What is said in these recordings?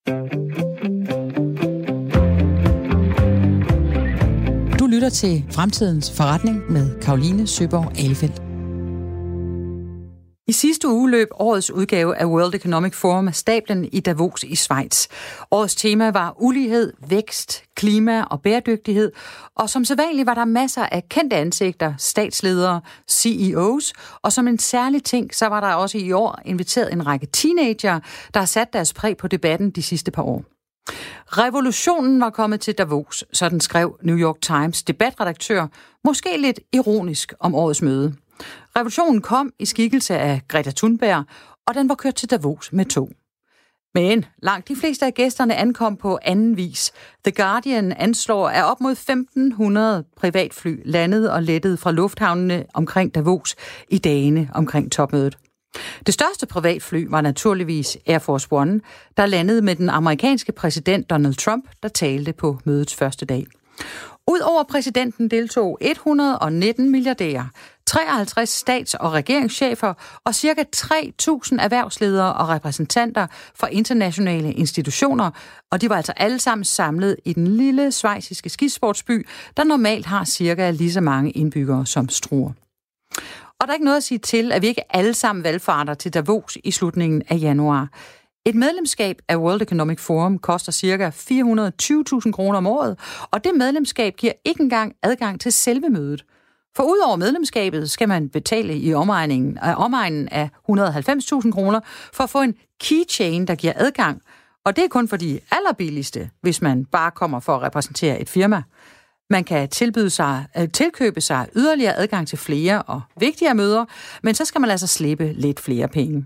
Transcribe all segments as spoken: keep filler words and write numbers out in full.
Du lytter til Fremtidens Forretning med Caroline Søborg Ahlefeldt. I sidste uge løb årets udgave af World Economic Forum af stablen i Davos i Schweiz. Årets tema var ulighed, vækst, klima og bæredygtighed, og som sædvanligt var der masser af kendte ansigter, statsledere, C E O's, og som en særlig ting, så var der også i år inviteret en række teenager, der har sat deres præg på debatten de sidste par år. Revolutionen var kommet til Davos, sådan skrev New York Times debatredaktør, måske lidt ironisk om årets møde. Revolutionen kom i skikkelse af Greta Thunberg, og den var kørt til Davos med tog. Men langt de fleste af gæsterne ankom på anden vis. The Guardian anslår, at op mod femten hundrede privatfly landede og lettede fra lufthavnene omkring Davos i dagene omkring topmødet. Det største privatfly var naturligvis Air Force One, der landede med den amerikanske præsident Donald Trump, der talte på mødets første dag. Udover præsidenten deltog et hundrede og nitten milliardærer, treoghalvtreds stats- og regeringschefer og ca. tre tusind erhvervsledere og repræsentanter fra internationale institutioner, og de var altså alle sammen samlet i den lille schweiziske skisportsby, der normalt har cirka lige så mange indbyggere som Struer. Og der er ikke noget at sige til, at vi ikke alle sammen valgfarter til Davos i slutningen af januar. Et medlemskab af World Economic Forum koster ca. fire hundrede og tyve tusind kroner om året, og det medlemskab giver ikke engang adgang til selve mødet. For udover medlemskabet skal man betale i omegnen af, omegnen af et hundrede og halvfems tusind kroner for at få en keychain, der giver adgang. Og det er kun for de allerbilligste, hvis man bare kommer for at repræsentere et firma. Man kan tilbyde sig, tilkøbe sig yderligere adgang til flere og vigtigere møder, men så skal man altså slippe lidt flere penge.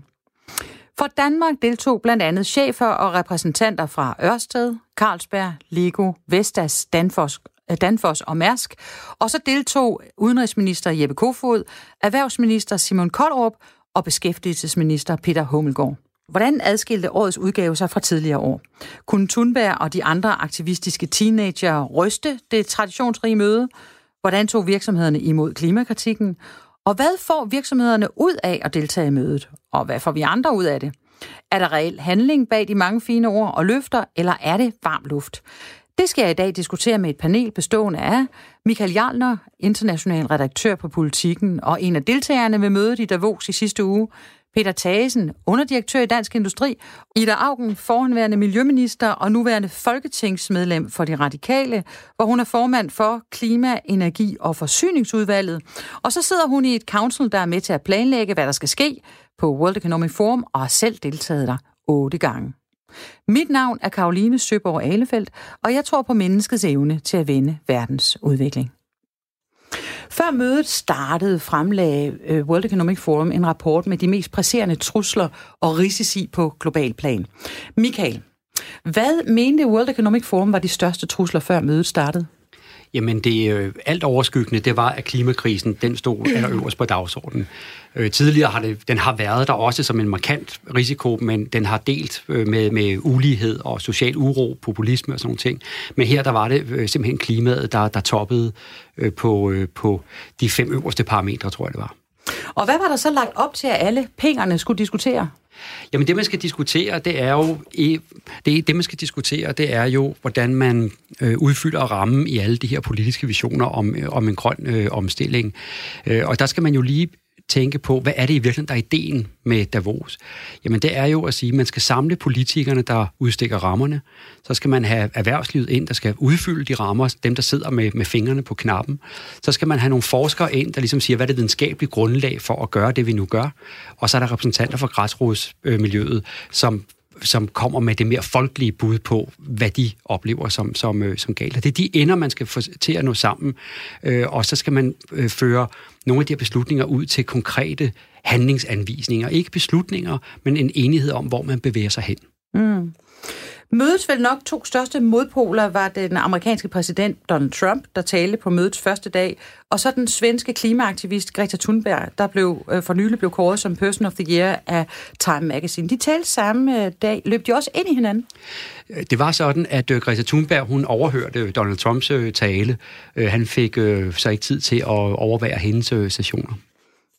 For Danmark deltog blandt andet chefer og repræsentanter fra Ørsted, Carlsberg, Lego, Vestas, Danfoss, Danfoss og Mærsk. Og så deltog udenrigsminister Jeppe Kofod, erhvervsminister Simon Kollerup og beskæftigelsesminister Peter Hummelgaard. Hvordan adskilte årets udgave sig fra tidligere år? Kunne Thunberg og de andre aktivistiske teenager ryste det traditionsrige møde? Hvordan tog virksomhederne imod klimakritikken? Og hvad får virksomhederne ud af at deltage i mødet? Og hvad får vi andre ud af det? Er der reel handling bag de mange fine ord og løfter, eller er det varm luft? Det skal jeg i dag diskutere med et panel bestående af Michael Jarlner, international redaktør på Politikken, og en af deltagerne ved mødet i Davos i sidste uge, Peter Thagesen, underdirektør i Dansk Industri, Ida Auken, forhenværende miljøminister og nuværende folketingsmedlem for De Radikale, hvor hun er formand for Klima-, Energi- og Forsyningsudvalget. Og så sidder hun i et council, der er med til at planlægge, hvad der skal ske på World Economic Forum, og har selv deltaget der otte gange. Mit navn er Caroline Søborg Ahlefeldt, og jeg tror på menneskets evne til at vende verdens udvikling. Før mødet startede, fremlagde World Economic Forum en rapport med de mest presserende trusler og risici på global plan. Michael, hvad mente World Economic Forum var de største trusler før mødet startede? Jamen det øh, alt overskyggende, det var, at klimakrisen, den stod allerøverst på dagsordenen. Øh, tidligere har det, den har været der også som en markant risiko, men den har delt øh, med, med ulighed og social uro, populisme og sådan nogle ting. Men her der var det øh, simpelthen klimaet, der, der toppede øh, på, øh, på de fem øverste parametre, tror jeg det var. Og hvad var der så lagt op til, at alle pengerne skulle diskutere? Jamen det, man skal diskutere, det er jo, det, det man skal diskutere, det er jo, hvordan man øh, udfylder rammen i alle de her politiske visioner om, om en grøn øh, omstilling. Øh, og der skal man jo lige tænke på, hvad er det i virkeligheden, der er ideen med Davos? Jamen det er jo at sige, at man skal samle politikerne, der udstikker rammerne. Så skal man have erhvervslivet ind, der skal udfylde de rammer, dem der sidder med, med fingrene på knappen. Så skal man have nogle forskere ind, der ligesom siger, hvad er det videnskabelige grundlag for at gøre det, vi nu gør. Og så er der repræsentanter fra græsrodsmiljøet, som som kommer med det mere folkelige bud på, hvad de oplever som, som, som galt. Det er de ender, man skal få til at nå sammen, øh, og så skal man øh, føre nogle af de her beslutninger ud til konkrete handlingsanvisninger. Ikke beslutninger, men en enighed om, hvor man bevæger sig hen. Mm. Mødets vel nok to største modpoler var den amerikanske præsident Donald Trump, der talte på mødets første dag, og så den svenske klimaaktivist Greta Thunberg, der blev øh, for nylig blev kåret som Person of the Year af Time Magazine. De talte samme dag. Løb de også ind i hinanden? Det var sådan, at øh, Greta Thunberg, hun overhørte Donald Trumps øh, tale. Øh, han fik øh, så ikke tid til at overvære hendes øh, sessioner.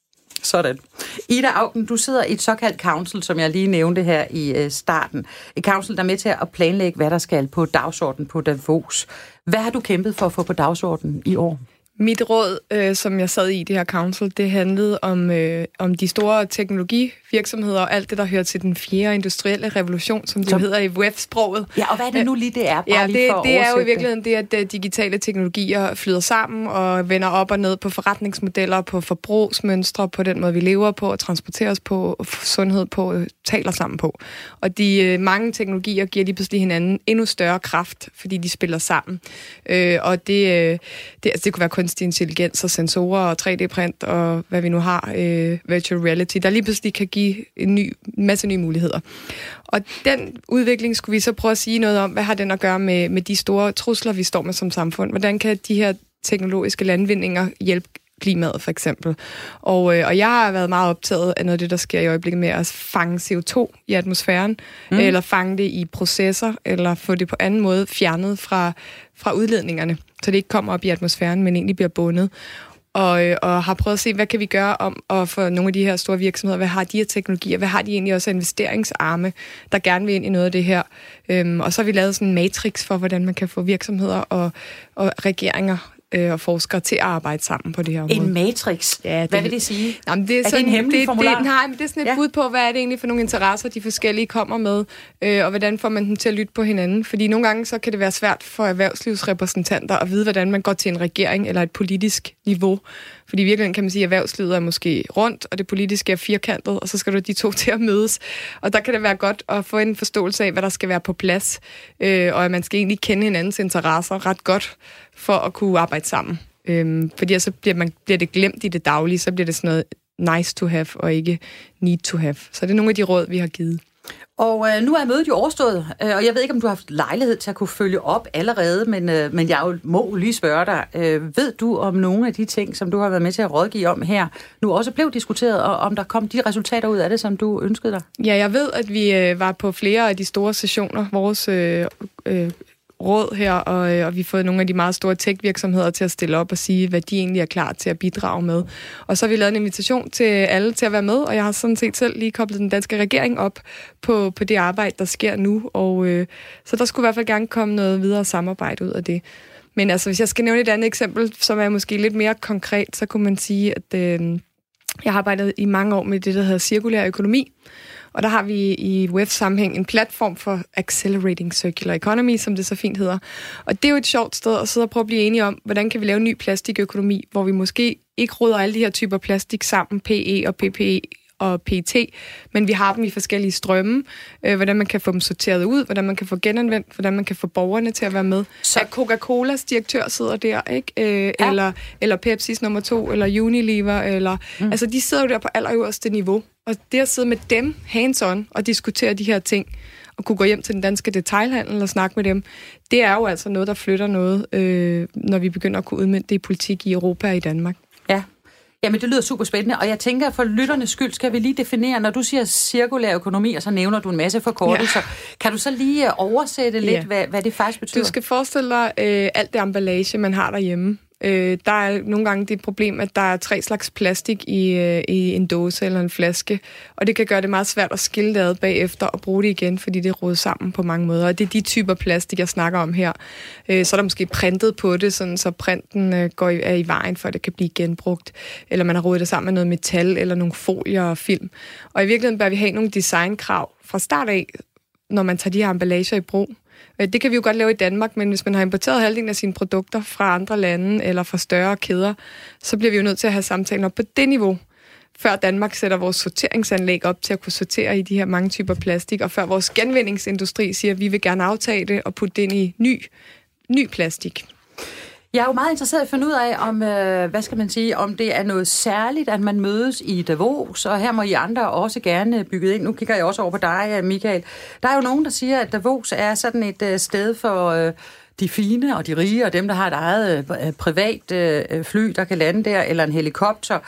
Sådan. Ida Auken, du sidder i et såkaldt council, som jeg lige nævnte her i starten. Et council, der er med til at planlægge, hvad der skal på dagsordenen på Davos. Hvad har du kæmpet for at få på dagsordenen i år? Mit råd, øh, som jeg sad i det her council, det handlede om, øh, om de store teknologivirksomheder og alt det, der hører til den fjerde industrielle revolution, som det som... hedder i W E F-sproget. Ja, og hvad er det nu lige, det er? Bare ja, lige det, for det er jo i virkeligheden det, at uh, digitale teknologier flyder sammen og vender op og ned på forretningsmodeller, på forbrugsmønstre, på den måde, vi lever på og transporterer os på, og sundhed på, og taler sammen på. Og de uh, mange teknologier giver lige pludselig hinanden endnu større kraft, fordi de spiller sammen. Uh, og det, uh, det, altså, det kunne være kunstig intelligens og sensorer og tre D-print og hvad vi nu har, øh, virtual reality, der lige pludselig kan give en, ny, en masse nye muligheder. Og den udvikling skulle vi så prøve at sige noget om, hvad har den at gøre med, med de store trusler, vi står med som samfund? Hvordan kan de her teknologiske landvindinger hjælpe klimaet, for eksempel? Og, øh, og jeg har været meget optaget af noget af det, der sker i øjeblikket med at fange C O to i atmosfæren, mm. eller fange det i processer, eller få det på anden måde fjernet fra, fra udledningerne, så det ikke kommer op i atmosfæren, men egentlig bliver bundet. Og, og har prøvet at se, hvad kan vi gøre om at få nogle af de her store virksomheder, hvad har de her teknologier, hvad har de egentlig også investeringsarme, der gerne vil ind i noget af det her. Øhm, og så har vi lavet sådan en matrix for, hvordan man kan få virksomheder og, og regeringer og forskere til at arbejde sammen på det her område. En matrix? Ja, det, hvad vil det sige? Jamen, det er, er sådan, det en hemmelig det, formular? Det, nej, men det er sådan et ja. bud på, hvad er det egentlig for nogle interesser, de forskellige kommer med, øh, og hvordan får man dem til at lytte på hinanden. Fordi nogle gange så kan det være svært for erhvervslivsrepræsentanter at vide, hvordan man går til en regering eller et politisk niveau. Fordi i virkeligheden kan man sige, at erhvervslivet er måske rundt, og det politiske er firkantet, og så skal du de to til at mødes. Og der kan det være godt at få en forståelse af, hvad der skal være på plads, øh, og at man skal egentlig kende hinandens interesser ret godt for at kunne arbejde sammen. Øhm, fordi så bliver, man, bliver det glemt i det daglige, så bliver det sådan noget nice to have, og ikke need to have. Så det er nogle af de råd, vi har givet. Og øh, nu er mødet jo overstået, øh, og jeg ved ikke, om du har haft lejlighed til at kunne følge op allerede, men, øh, men jeg jo må lige spørge dig. Øh, ved du om nogle af de ting, som du har været med til at rådgive om her, nu også blev diskuteret, og om der kom de resultater ud af det, som du ønskede dig? Ja, jeg ved, at vi øh, var på flere af de store sessioner, vores øh, øh, råd her, og, og vi har fået nogle af de meget store tech-virksomheder til at stille op og sige, hvad de egentlig er klar til at bidrage med. Og så har vi lavet en invitation til alle til at være med, og jeg har sådan set selv lige koblet den danske regering op på, på det arbejde, der sker nu. Og øh, så der skulle i hvert fald gerne komme noget videre samarbejde ud af det. Men altså, hvis jeg skal nævne et andet eksempel, som er måske lidt mere konkret, så kunne man sige, at øh, jeg har arbejdet i mange år med det, der hedder cirkulær økonomi. Og der har vi i W E F-sammenhæng en platform for Accelerating Circular Economy, som det så fint hedder. Og det er jo et sjovt sted at sidde og prøve at blive enige om, hvordan kan vi lave en ny plastikøkonomi, hvor vi måske ikke råder alle de her typer plastik sammen, P E og P P E og P E T, men vi har dem i forskellige strømme, øh, hvordan man kan få dem sorteret ud, hvordan man kan få genanvendt, hvordan man kan få borgerne til at være med. Så Coca-Colas direktør sidder der, ikke? Øh, ja. eller, eller Pepsis nummer to, eller Unilever, eller mm. altså de sidder jo der på allerøverste niveau. Og det at sidde med dem hands-on og diskutere de her ting, og kunne gå hjem til den danske detailhandel og snakke med dem, det er jo altså noget, der flytter noget, øh, når vi begynder at kunne udmønte det i politik i Europa og i Danmark. Ja. Jamen, det lyder super spændende, og jeg tænker, for lytternes skyld skal vi lige definere, når du siger cirkulær økonomi, og så nævner du en masse forkortelser. Ja. Kan du så lige oversætte lidt, ja. hvad, hvad det faktisk betyder? Du skal forestille dig øh, alt det emballage, man har derhjemme. Øh, der er nogle gange det problem, at der er tre slags plastik i, øh, i en dåse eller en flaske, og det kan gøre det meget svært at skille det ad bagefter og bruge det igen, fordi det er rodet sammen på mange måder. Og det er de typer plastik, jeg snakker om her. Øh, så er der måske printet på det, sådan, så printen øh, går i, er i vejen for, at det kan blive genbrugt. Eller man har rodet det sammen med noget metal eller nogle folier og film. Og i virkeligheden bør vi have nogle designkrav fra start af, når man tager de her emballager i brug. Det kan vi jo godt lave i Danmark, men hvis man har importeret halvdelen af sine produkter fra andre lande eller fra større kæder, så bliver vi jo nødt til at have samtalen op på det niveau, før Danmark sætter vores sorteringsanlæg op til at kunne sortere i de her mange typer plastik, og før vores genvindingsindustri siger, at vi vil gerne aftage det og putte det ind i ny, ny plastik. Jeg er jo meget interesseret i at finde ud af, om, øh, hvad skal man sige, om det er noget særligt, at man mødes i Davos, og her må I andre også gerne bygge ind. Nu kigger jeg også over på dig, Michael. Der er jo nogen, der siger, at Davos er sådan et øh, sted for øh, de fine og de rige, og dem, der har et eget øh, privat øh, fly, der kan lande der, eller en helikopter.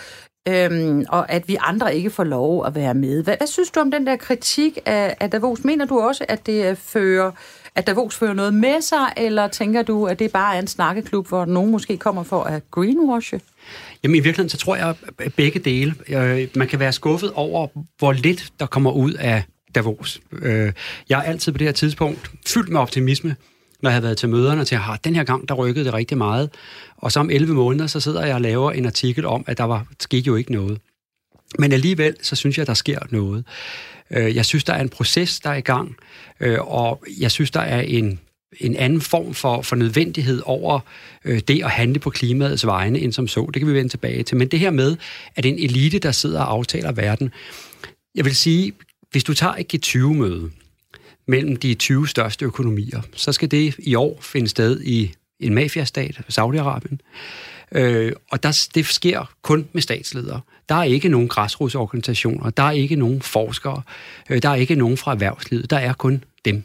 øhm, og at vi andre ikke får lov at være med. Hvad, hvad synes du om den der kritik af, af Davos? Mener du også, at det fører, at Davos fører noget med sig, eller tænker du, at det bare er en snakkeklub, hvor nogen måske kommer for at greenwashe? Jamen i virkeligheden, så tror jeg at begge dele. Man kan være skuffet over, hvor lidt der kommer ud af Davos. Jeg er altid på det her tidspunkt fyldt med optimisme, når jeg har været til møderne, til at den her gang, der rykkede det rigtig meget. Og så om elleve måneder, så sidder jeg og laver en artikel om, at der var, skete jo ikke noget. Men alligevel, så synes jeg, at der sker noget. Jeg synes, der er en proces, der er i gang, og jeg synes, der er en, en anden form for, for nødvendighed over det at handle på klimaets vegne, end som så. Det kan vi vende tilbage til. Men det her med, at en elite, der sidder og aftaler verden, jeg vil sige, hvis du tager et G tyve møde mellem de tyve største økonomier, så skal det i år finde sted i en mafiastat, Saudi-Arabien. Øh, og der, det sker kun med statsledere. Der er ikke nogen græsrodsorganisationer, der er ikke nogen forskere, øh, der er ikke nogen fra erhvervslivet, der er kun dem.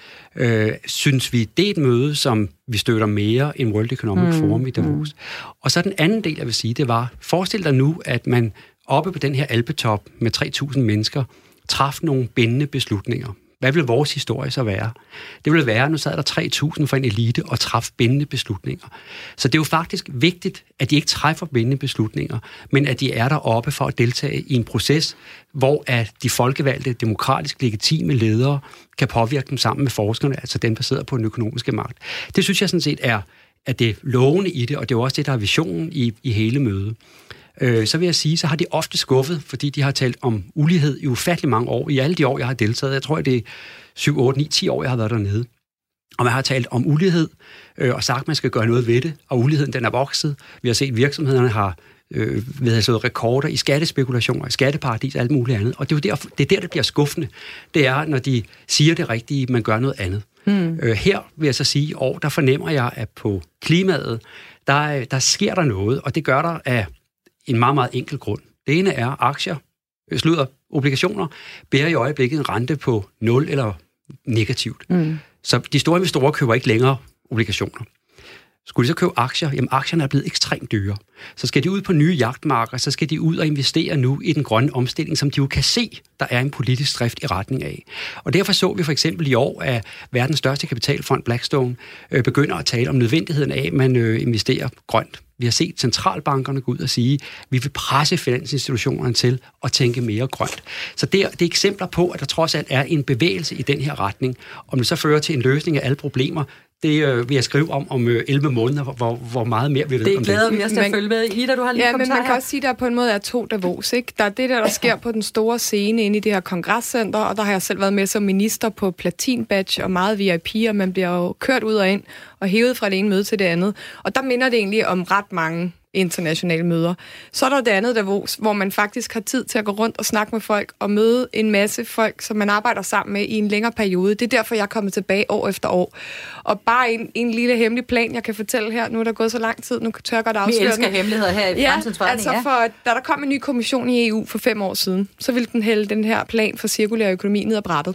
Øh, synes vi, det er et møde, som vi støtter mere end World Economic Forum mm, i Davos. Mm. Og så den anden del, jeg vil sige, det var, forestil dig nu, at man oppe på den her alpetop med tre tusind mennesker, træffe nogle bindende beslutninger. Hvad vil vores historie så være? Det vil være, nu sad der tre tusind for en elite og træffe bindende beslutninger. Så det er jo faktisk vigtigt, at de ikke træffer bindende beslutninger, men at de er deroppe for at deltage i en proces, hvor at de folkevalgte, demokratisk legitime ledere kan påvirke dem sammen med forskerne, altså dem, der sidder på den økonomiske magt. Det synes jeg sådan set er, at det lovende i det, og det er jo også det, der er visionen i, i hele mødet. Så vil jeg sige, så har de ofte skuffet, fordi de har talt om ulighed i ufattelig mange år. I alle de år, jeg har deltaget. Jeg tror, det er syv, otte, ni, ti år, jeg har været dernede. Og man har talt om ulighed, øh, og sagt, at man skal gøre noget ved det. Og uligheden, den er vokset. Vi har set, at virksomhederne har øh, slået rekorder i skattespekulationer, i skatteparadis og alt muligt andet. Og det er jo der, det er der, det bliver skuffende. Det er, når de siger det rigtige, man gør noget andet. Hmm. Øh, her vil jeg så sige, i år, der fornemmer jeg, at på klimaet, der, der sker der noget, og det gør der af en meget, meget enkel grund. Det ene er aktier, slutter obligationer, bærer i øjeblikket en rente på nul eller negativt. Mm. Så de store investorer køber ikke længere obligationer. Skulle de så købe aktier? Jamen, aktierne er blevet ekstremt dyre. Så skal de ud på nye jagtmarker, så skal de ud og investere nu i den grønne omstilling, som de jo kan se, der er en politisk drift i retning af. Og derfor så vi for eksempel i år, at verdens største kapitalfond, Blackstone, øh, begynder at tale om nødvendigheden af, at man øh, investerer grønt. Vi har set centralbankerne gå ud og sige, at vi vil presse finansinstitutionerne til at tænke mere grønt. Så det er, det er eksempler på, at der trods alt er en bevægelse i den her retning. Om det så fører til en løsning af alle problemer, det øh, vil jeg skrive om om øh, elleve måneder, hvor, hvor meget mere vi ved det om det. Det glæder vi os til at følge med. Ida, du har lige ja, men man her. kan også sige, at der på en måde er to Davos, ikke? Der er det der, der sker på den store scene inde i det her kongresscenter, og der har jeg selv været med som minister på Platin Badge og meget V I P, og man bliver jo kørt ud og ind og hævet fra det ene møde til det andet. Og der minder det egentlig om ret mange internationale møder. Så er der det andet Davos, hvor man faktisk har tid til at gå rundt og snakke med folk og møde en masse folk, som man arbejder sammen med i en længere periode. Det er derfor, jeg er kommet tilbage år efter år. Og bare en, en lille hemmelig plan, jeg kan fortælle her. Nu er der gået så lang tid, nu tør jeg godt afsløre. Vi elsker hemmeligheder her i ja, Fremtidens Forretning. Altså for, da der kom en ny kommission i E U for fem år siden, så ville den hælde den her plan for cirkulær økonomi ned ad brættet.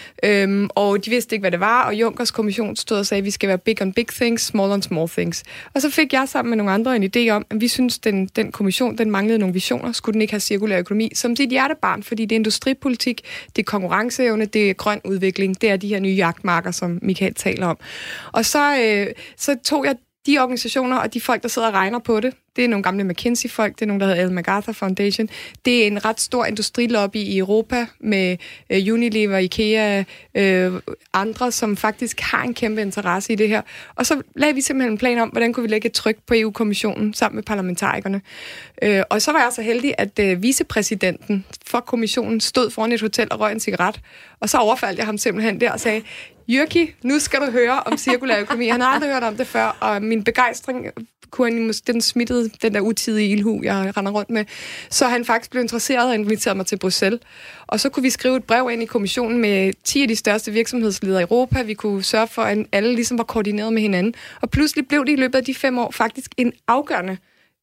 Øhm, og de vidste ikke, hvad det var, og Junckers kommission stod og sagde, at vi skal være big on big things, small on small things. Og så fik jeg sammen med nogle andre en idé om, at vi synes, den, den kommission, den manglede nogle visioner, skulle den ikke have cirkulær økonomi som sit hjertebarn, fordi det er industripolitik, det er konkurrenceevne, det er grøn udvikling, det er de her nye jagtmarker, som Michael taler om. Og så, øh, så tog jeg de organisationer og de folk, der sidder og regner på det, det er nogle gamle McKinsey-folk, det er nogle, der hedder Ellen MacArthur Foundation. Det er en ret stor industrilobby i Europa med øh, Unilever, IKEA, øh, andre, som faktisk har en kæmpe interesse i det her. Og så lagde vi simpelthen en plan om, hvordan kunne vi lægge et tryk på E U-kommissionen sammen med parlamentarikerne. Øh, og så var jeg så heldig, at øh, vicepræsidenten for kommissionen stod foran et hotel og røg en cigaret. Og så overfaldt jeg ham simpelthen der og sagde, Jyrki, nu skal du høre om cirkulær økonomi. Han har aldrig hørt om det før, og min begejstring kunne den smittede, den der utidige ilhu, jeg render rundt med. Så han faktisk blev interesseret og inviterede mig til Bruxelles. Og så kunne vi skrive et brev ind i kommissionen med ti af de største virksomhedsledere i Europa. Vi kunne sørge for, at alle ligesom var koordineret med hinanden. Og pludselig blev det i løbet af de fem år faktisk en afgørende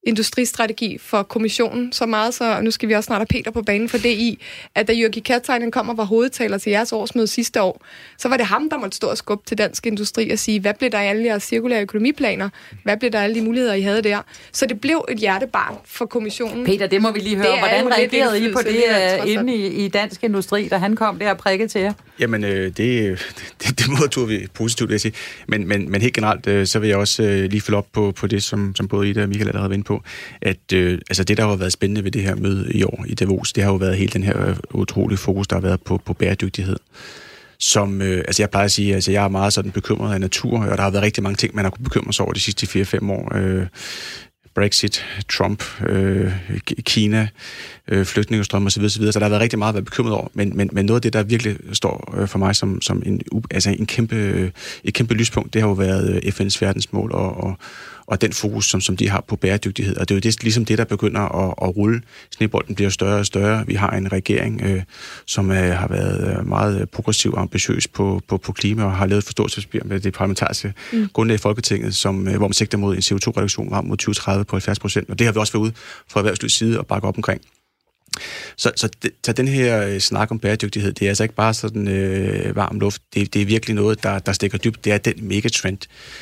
industristrategi for kommissionen så meget, så nu skal vi også snart have Peter på banen for det i, at da Jyrki Katainen kom og var hovedtaler til jeres årsmøde sidste år, så var det ham, der måtte stå og skubbe til dansk industri og sige, hvad blev der af alle jeres cirkulære økonomiplaner? Hvad blev der af alle de muligheder, I havde der? Så det blev et hjertebarn for kommissionen. Peter, det må vi lige høre. Hvordan reagerede I på det uh, inde i, i dansk industri, da han kom der og prikkede til jer? Jamen, øh, det, det, det modtog vi positivt, vil jeg sige. Men, men, men helt generelt, øh, så vil jeg også øh, lige følge op på, på det, som, som både Ida og Michael allerede har været inde på, at øh, altså det, der har været spændende ved det her møde i år i Davos, det har jo været hele den her øh, utrolige fokus, der har været på, på bæredygtighed. Som, øh, altså jeg plejer at sige, altså jeg er meget sådan bekymret af natur, og der har været rigtig mange ting, man har kunnet bekymre sig over de sidste fire fem år. Øh, Brexit, Trump, øh, Kina, øh, flygtningestrømme osv. osv. Så der har været rigtig meget at være bekymret over, men, men, men noget af det, der virkelig står øh, for mig som, som en, altså en kæmpe, et kæmpe lyspunkt, det har jo været F N's verdensmål og, og, og den fokus, som, som de har på bæredygtighed. Og det er jo det, ligesom det, der begynder at, at rulle. Snebolden bliver større og større. Vi har en regering, øh, som øh, har været meget progressiv og ambitiøs på, på, på klima og har lavet forståelsespapir med det parlamentariske mm. grundlag i Folketinget, som, øh, hvor man sigter mod en C O to reduktion frem mod tyve tredive på halvfjerds procent. Og det har vi også været ude fra erhvervslivets side og bakke op omkring. Så, så, det, så den her øh, snak om bæredygtighed, det er altså ikke bare sådan øh, varm luft. Det, det er virkelig noget, der, der stikker dybt. Det er den megatrend,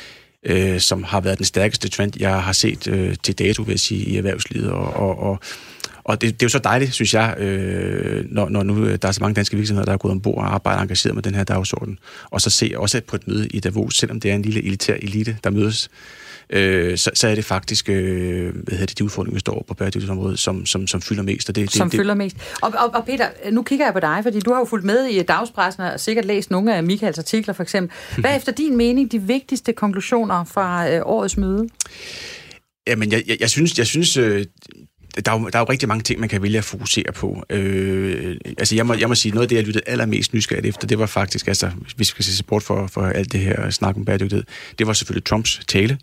øh, som har været den stærkeste trend, jeg har set øh, til dato, vil jeg sige, i erhvervslivet. Og, og, og, og det, det er jo så dejligt, synes jeg, øh, når, når nu der er så mange danske virksomheder, der er gået ombord og arbejder engageret med den her dagsorden. Og så se også på et møde i Davos, selvom det er en lille elitær elite, der mødes, Øh, så, så er det faktisk øh, hvad hedder det, de udfordringer, vi står over på bæredygtighedsområdet, som, som, som fylder mest. Og det, som det, fylder mest. Og, og, og Peter, nu kigger jeg på dig, fordi du har jo fulgt med i dagspressen og sikkert læst nogle af Michaels artikler, for eksempel. Hvad er efter din mening de vigtigste konklusioner fra øh, årets møde? Jamen, jeg, jeg, jeg synes, jeg synes øh, der, er jo, der er jo rigtig mange ting, man kan vælge at fokusere på. Øh, altså, jeg må, jeg må sige, noget af det, jeg lyttede allermest nysgerrigt efter, det var faktisk, altså, hvis vi skal se bort for, for alt det her snak om bæredygtighed, det var selvfølgelig Trumps tale.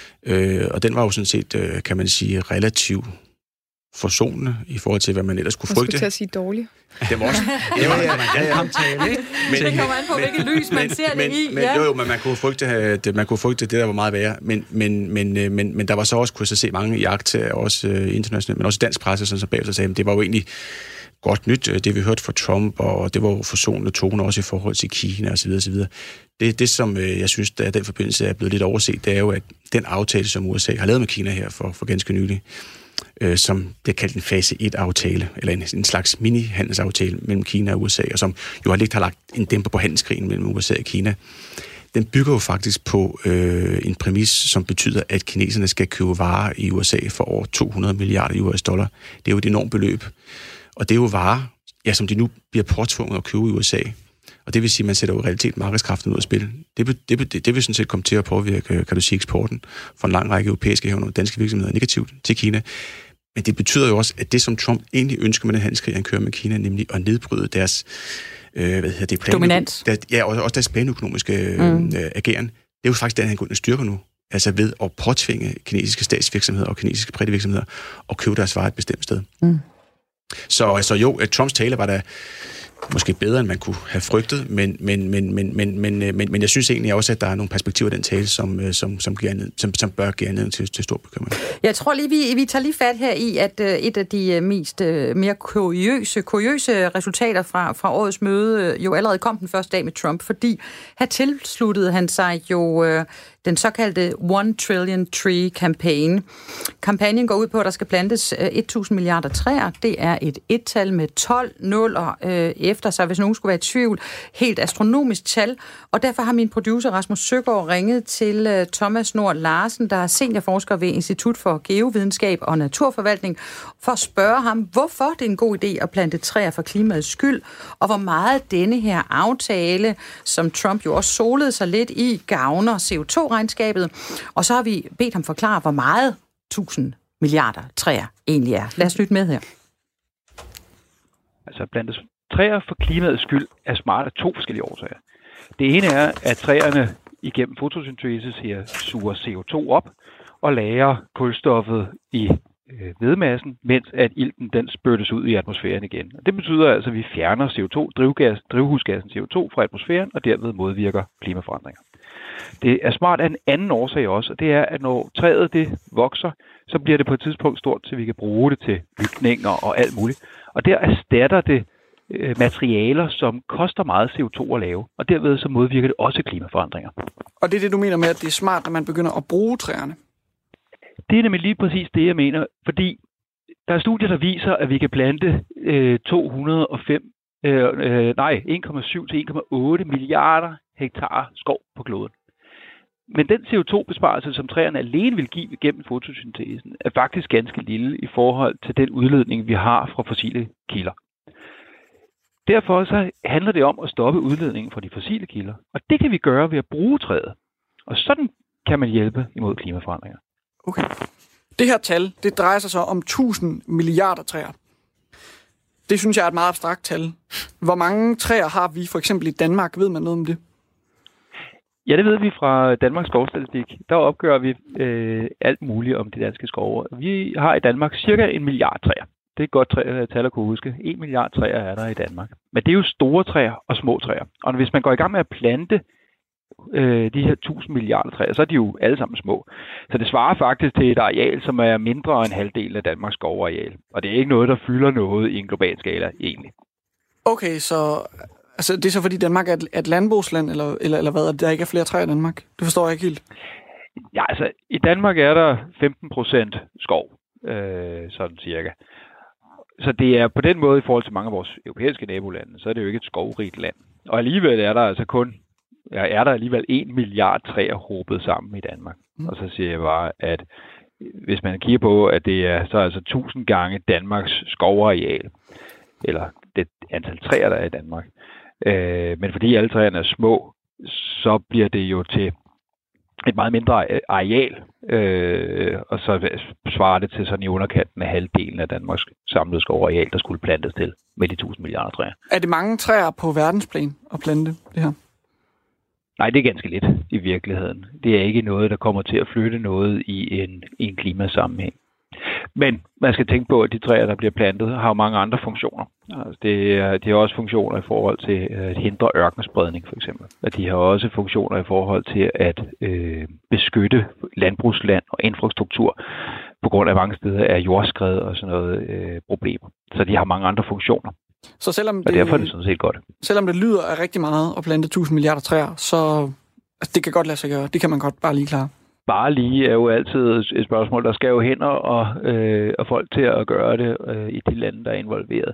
Øh, og den var jo sådan set, øh, kan man sige, relativt forsonende i forhold til, hvad man ellers kunne frygte. Jeg skulle til at sige dårligt. Det var også... Det var, ja, ja, ja. Men, det kommer an på, hvilket lys man men, ser men, det i. Men, ja. Jo, jo, men man kunne frygte, at man kunne frygte det, der var meget værre. Men, men, men, men, men der var så også, kunne jeg så se mange iagttagere, også uh, internationalt, men også dansk presse, sådan, som bagefter sagde, at det var jo egentlig godt nyt, det vi hørte fra Trump, og det var jo forsonende toner også i forhold til Kina osv. osv. Det, det, som jeg synes, der den forbindelse er blevet lidt overset, det er jo, at den aftale, som U S A har lavet med Kina her for, for ganske nylig, øh, som bliver kaldt en fase et-aftale, eller en, en slags mini-handelsaftale mellem Kina og U S A, og som jo har lidt har lagt en dæmper på handelskrigen mellem U S A og Kina, den bygger jo faktisk på øh, en præmis, som betyder, at kineserne skal købe varer i U S A for over to hundrede milliarder U S dollar. Det er jo et enormt beløb. Og det er jo varer, ja, som de nu bliver påtvunget at købe i U S A. Og det vil sige, at man sætter jo i realitet markedskraften ud af spil. Det, det, det, det vil sådan set komme til at påvirke, kan du sige, eksporten for en lang række europæiske herunder og danske virksomheder negativt til Kina. Men det betyder jo også, at det, som Trump egentlig ønsker med den handelskrig, han kører med Kina, nemlig at nedbryde deres øh, hvad hedder det, plan, dominans. Der, ja, også, også deres planøkonomiske øh, mm. øh, ageren. Det er jo faktisk den, han går ind og styrker nu. Altså ved at påtvinge kinesiske statsvirksomheder og kinesiske private virksomheder at købe deres varer et bestemt sted. Mm. Så altså, jo, at Trumps tale var da måske bedre, end man kunne have frygtet, men, men, men, men, men, men, men, men jeg synes egentlig også, at der er nogle perspektiver i den tale, som, som, som, giver anledning, som, som bør give anledning til, til stor bekymring. Jeg tror lige, vi, vi tager lige fat her i, at uh, et af de mest uh, mere kuriøse, kuriøse resultater fra, fra årets møde uh, jo allerede kom den første dag med Trump, fordi her tilsluttede han sig jo uh, den såkaldte One Trillion Tree Campaign. Kampagnen går ud på, at der skal plantes uh, tusind milliarder træer. Det er et et-tal med tolv nuller uh, efter sig, hvis nogen skulle være i tvivl. Helt astronomisk tal. Og derfor har min producer Rasmus Søgaard ringet til uh, Thomas Nord Larsen, der er seniorforsker ved Institut for Geovidenskab og Naturforvaltning, for at spørge ham, hvorfor det er en god idé at plante træer for klimaets skyld, og hvor meget denne her aftale, som Trump jo også solede sig lidt i, gavner C O to regnskabet. Og så har vi bedt ham forklare, hvor meget tusind milliarder træer egentlig er. Lad os lytte med her. Altså blandt træer for klimaets skyld er smart af to forskellige årsager. Det ene er, at træerne igennem fotosyntese her suger C O to op og lagrer kulstoffet i øh, vedmassen, mens at ilten den spyttes ud i atmosfæren igen. Og det betyder altså, at vi fjerner C O to, drivgas, drivhusgassen C O to fra atmosfæren, og derved modvirker klimaforandringer. Det er smart af en anden årsag også, og det er, at når træet det vokser, så bliver det på et tidspunkt stort, så vi kan bruge det til bygninger og alt muligt. Og der erstatter det øh, materialer, som koster meget C O to at lave, og derved så modvirker det også klimaforandringer. Og det er det, du mener med, at det er smart, når man begynder at bruge træerne? Det er nemlig lige præcis det, jeg mener, fordi der er studier, der viser, at vi kan plante øh, to hundrede og fem, øh, øh, nej, en komma syv til en komma otte milliarder hektar skov på kloden. Men den C O to-besparelse, som træerne alene vil give gennem fotosyntesen, er faktisk ganske lille i forhold til den udledning, vi har fra fossile kilder. Derfor så handler det om at stoppe udledningen fra de fossile kilder, og det kan vi gøre ved at bruge træet. Og sådan kan man hjælpe imod klimaforandringer. Okay. Det her tal, det drejer sig så om tusind milliarder træer. Det synes jeg er et meget abstrakt tal. Hvor mange træer har vi for eksempel i Danmark? Ved man noget om det? Ja, det ved vi fra Danmarks Skovstatistik. Der opgør vi øh, alt muligt om de danske skove. Vi har i Danmark cirka en milliard træer. Det er et godt træ, tal at kunne huske. En milliard træer er der i Danmark. Men det er jo store træer og små træer. Og hvis man går i gang med at plante øh, de her tusind milliarder træer, så er de jo alle sammen små. Så det svarer faktisk til et areal, som er mindre end halvdelen af Danmarks skovareal. Og det er ikke noget, der fylder noget i en global skala egentlig. Okay, så altså, det er så fordi Danmark er et, et landbrugsland, eller, eller, eller hvad, at der ikke er flere træer i Danmark? Det forstår jeg ikke helt. Ja, altså i Danmark er der femten procent skov, øh, sådan cirka. Så det er på den måde i forhold til mange af vores europæiske nabolande, så er det jo ikke et skovrigt land. Og alligevel er der altså kun, ja, er der alligevel en milliard træer hobet sammen i Danmark. Mm. Og så siger jeg bare, at hvis man kigger på, at det er så altså tusind gange Danmarks skovareal, eller det antal træer, der er i Danmark. Øh, men fordi alle træerne er små, så bliver det jo til et meget mindre areal, øh, og så svarer det til sådan i underkanten af halvdelen af Danmarks samlede skovareal, der skulle plantes til med de tusind milliarder træer. Er det mange træer på verdensplan at plante det her? Nej, det er ganske lidt i virkeligheden. Det er ikke noget, der kommer til at flytte noget i en, i en klimasammenhæng. Men man skal tænke på, at de træer, der bliver plantet, har jo mange andre funktioner. Altså det, er, de har også funktioner i forhold til at hindre ørkenspredning, for eksempel. Og de har også funktioner i forhold til at øh, beskytte landbrugsland og infrastruktur på grund af mange steder af jordskred og sådan noget øh, problemer. Så de har mange andre funktioner. Så selvom og det, derfor er det sådan set godt. Selvom det lyder af rigtig meget at plante tusind milliarder træer, så altså, det kan godt lade sig gøre. Det kan man godt bare lige klare. Bare lige er jo altid et spørgsmål. Der skal jo hænder og, øh, og folk til at gøre det øh, i de lande, der er involveret.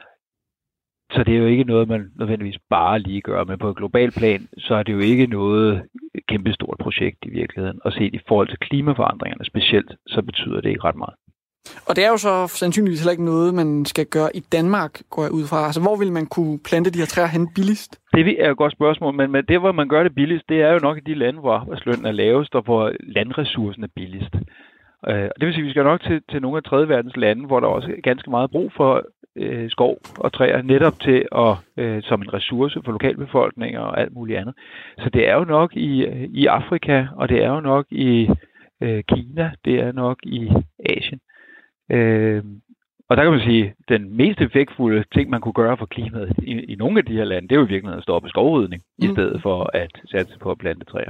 Så det er jo ikke noget, man nødvendigvis bare lige gør. Men på et globalt plan, så er det jo ikke noget kæmpestort projekt i virkeligheden. Og set i forhold til klimaforandringerne specielt, så betyder det ikke ret meget. Og det er jo så sandsynligvis heller ikke noget, man skal gøre i Danmark, går jeg ud fra. Altså, hvor vil man kunne plante de her træer hen billigst? Det er et godt spørgsmål, men det, hvor man gør det billigst, det er jo nok i de lande, hvor arbejdslønnen er lavest, og hvor landressourcen er billigst. Det vil sige, at vi skal nok til, til nogle af tredje verdens lande, hvor der også er ganske meget brug for øh, skov og træer, netop til at, øh, som en ressource for lokalbefolkninger og alt muligt andet. Så det er jo nok i, i Afrika, og det er jo nok i øh, Kina, det er nok i Asien. Øh, og der kan man sige, at den mest effektfulde ting, man kunne gøre for klimaet i, i nogle af de her lande, det er jo i virkeligheden at stoppe skovrydning, mm. i stedet for at satse på at plante træer.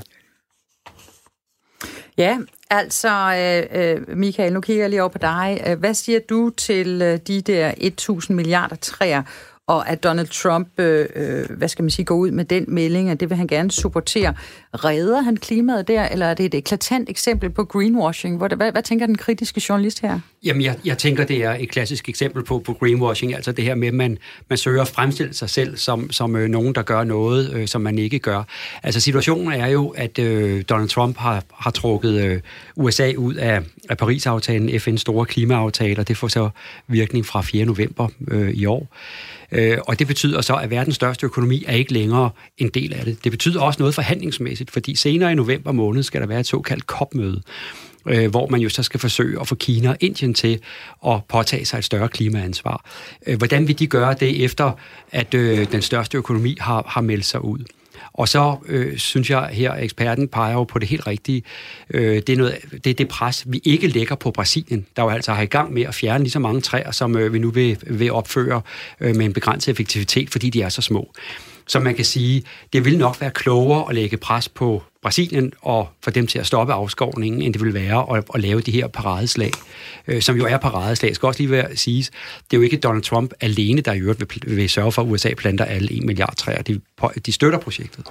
Ja, altså øh, Michael, nu kigger jeg lige over på dig. Hvad siger du til de der tusind milliarder træer, og at Donald Trump, øh, hvad skal man sige, går ud med den melding, at det vil han gerne supportere. Redder han klimaet der, eller er det et eklatant eksempel på greenwashing? Hvad, hvad, hvad tænker den kritiske journalist her? Jamen, jeg, jeg tænker, det er et klassisk eksempel på, på greenwashing, altså det her med, at man, man søger at fremstille sig selv som, som øh, nogen, der gør noget, øh, som man ikke gør. Altså situationen er jo, at øh, Donald Trump har, har trukket øh, U S A ud af, af Paris-aftalen, F N's store klimaaftale, og det får så virkning fra fjerde november øh, i år. Øh, og det betyder så, at verdens største økonomi er ikke længere en del af det. Det betyder også noget forhandlingsmæssigt, fordi senere i november måned skal der være et såkaldt C O P-møde, øh, hvor man jo så skal forsøge at få Kina og Indien til at påtage sig et større klimaansvar. Øh, hvordan vil de gøre det, efter at øh, den største økonomi har, har meldt sig ud? Og så øh, synes jeg her, at eksperten peger jo på det helt rigtige. Øh, det er noget, det er det pres, vi ikke lægger på Brasilien, der jo altså har i gang med at fjerne lige så mange træer, som øh, vi nu vil, vil opføre øh, med en begrænset effektivitet, fordi de er så små. Så man kan sige, det vil nok være klogere at lægge pres på Brasilien og få dem til at stoppe afskovningen, end det vil være at, at lave de her paradeslag, øh, som jo er paradeslag. Jeg skal også lige være siges, det er jo ikke Donald Trump alene, der i øvrigt vil, vil sørge for, at U S A planter alle en milliard træer. De, de støtter projektet.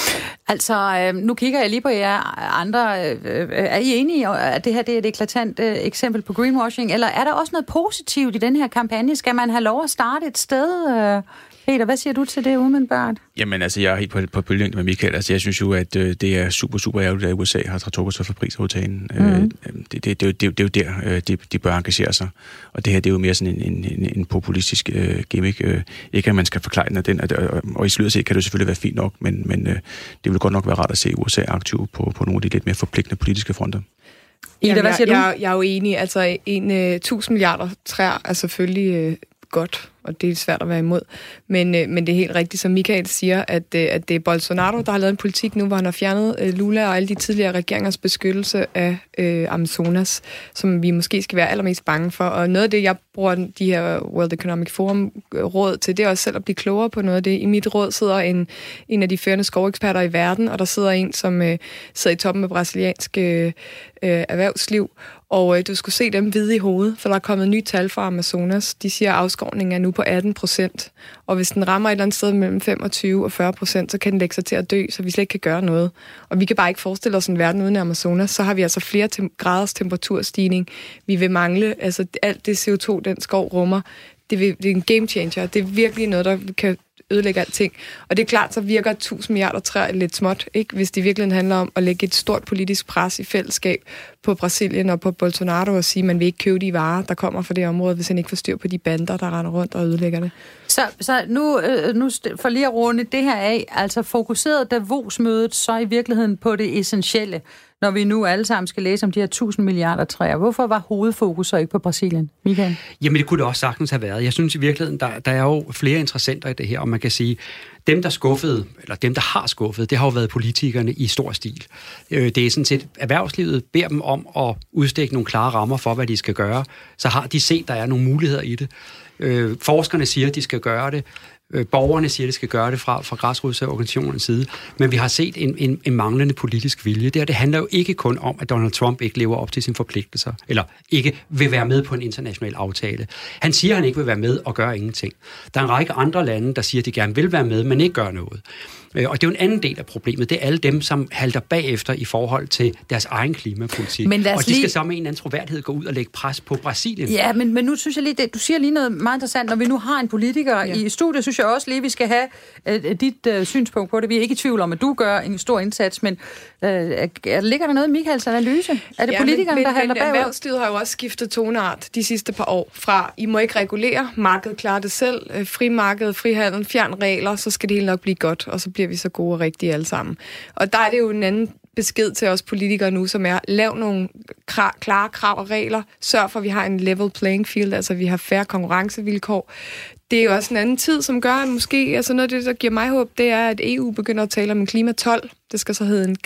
Altså, øh, nu kigger jeg lige på jer andre. Øh, er I enige, at det her det er et eklatant øh, eksempel på greenwashing, eller er der også noget positivt i den her kampagne? Skal man have lov at starte et sted? Øh, Peter, hvad siger du til det umiddelbart? Jamen, altså, jeg er helt på, på bølgelængde med Michael. Altså, jeg synes jo, at øh, det er super, super ærgerligt, at U S A har trukket sig for prisaftalen. Mm. Øh, det, det, det, det, det er jo der, øh, de, de bør engagere sig. Og det her, det er jo mere sådan en, en, en populistisk øh, gimmick. Øh, ikke, at man skal forklare den af den. Og, og, og i slutet set kan det selvfølgelig være fint nok, men, men øh, det vil godt nok være rart at se U S A aktiv på, på nogle af de lidt mere forpligtende politiske fronter. Ida, hvad siger jeg, du? Jeg, jeg er jo enig. Altså, en uh, tusind milliarder træer er selvfølgelig uh, godt, og det er svært at være imod. Men, øh, men det er helt rigtigt, som Michael siger, at, øh, at det er Bolsonaro, der har lavet en politik nu, hvor han har fjernet øh, Lula og alle de tidligere regeringers beskyttelse af øh, Amazonas, som vi måske skal være allermest bange for. Og noget af det, jeg bruger de her World Economic Forum råd til, det er også selv at blive klogere på noget af det. I mit råd sidder en, en af de førende skoveksperter i verden, og der sidder en, som øh, sidder i toppen af brasiliansk øh, erhvervsliv, og øh, du skulle se dem vide i hovedet, for der er kommet nye tal fra Amazonas. De siger, at afskovningen er nu på atten procent, og hvis den rammer et eller andet sted mellem femogtyve og fyrre procent, så kan den lægge sig til at dø, så vi slet ikke kan gøre noget. Og vi kan bare ikke forestille os en verden uden Amazonas, så har vi altså flere tem- graders temperaturstigning. Vi vil mangle, altså alt det C O to, den skov rummer, det, vil, det er en game changer. Det er virkelig noget, der kan ødelægge alting. Og det er klart, så virker tusind milliarder træer lidt småt, ikke? Hvis det virkelig handler om at lægge et stort politisk pres i fællesskab på Brasilien og på Bolsonaro og sige, at man vil ikke købe de varer, der kommer fra det område, hvis han ikke får styr på de bander, der render rundt og ødelægger det. Så, så nu, øh, nu for lige at runde det her af, altså fokuserede Davos-mødet så i virkeligheden på det essentielle, når vi nu alle sammen skal læse om de her tusind milliarder træer. Hvorfor var hovedfokus så ikke på Brasilien? Michael? Jamen, det kunne det også sagtens have været. Jeg synes i virkeligheden, der, der er jo flere interessenter i det her, og man kan sige, dem, der skuffede, eller dem, der har skuffet, det har jo været politikerne i stor stil. Det er sådan set, erhvervslivet beder dem om at udstikke nogle klare rammer for, hvad de skal gøre. Så har de set, der er nogle muligheder i det. Forskerne siger, at de skal gøre det. Borgerne siger, at de skal gøre det fra, fra græsrodsorganisationens side, men vi har set en, en, en manglende politisk vilje. Det her, det handler jo ikke kun om, at Donald Trump ikke lever op til sine forpligtelser, eller ikke vil være med på en international aftale. Han siger, at han ikke vil være med og gøre ingenting. Der er en række andre lande, der siger, at de gerne vil være med, men ikke gør noget. Og det er jo en anden del af problemet. Det er alle dem, som halter bagefter i forhold til deres egen klimapolitik. Og de skal lige... så med en anden troværdighed gå ud og lægge pres på Brasilien. Ja, men, men nu synes jeg lige, det, du siger lige noget meget interessant. Når vi nu har en politiker ja. i studiet, synes jeg også lige, vi skal have uh, dit uh, synspunkt på det. Vi er ikke i tvivl om, at du gør en stor indsats, men uh, ligger der noget i Michaels analyse? Er det ja, politikerne, der halter bagud? Erhvervslivet har jo også skiftet toneart de sidste par år fra, I må ikke regulere, markedet klarer det selv, frimarked, frihandel, fjern regler, så skal det hele nok blive godt, og så bliver vi så gode og rigtige alle sammen. Og der er det jo en anden besked til os politikere nu, som er, lav nogle kra- klare krav og regler, sørg for, at vi har en level playing field, altså vi har fair konkurrencevilkår. Det er jo også en anden tid, som gør, at måske, altså noget af det, der giver mig håb, det er, at E U begynder at tale om en klimatolv. Det skal så hedde en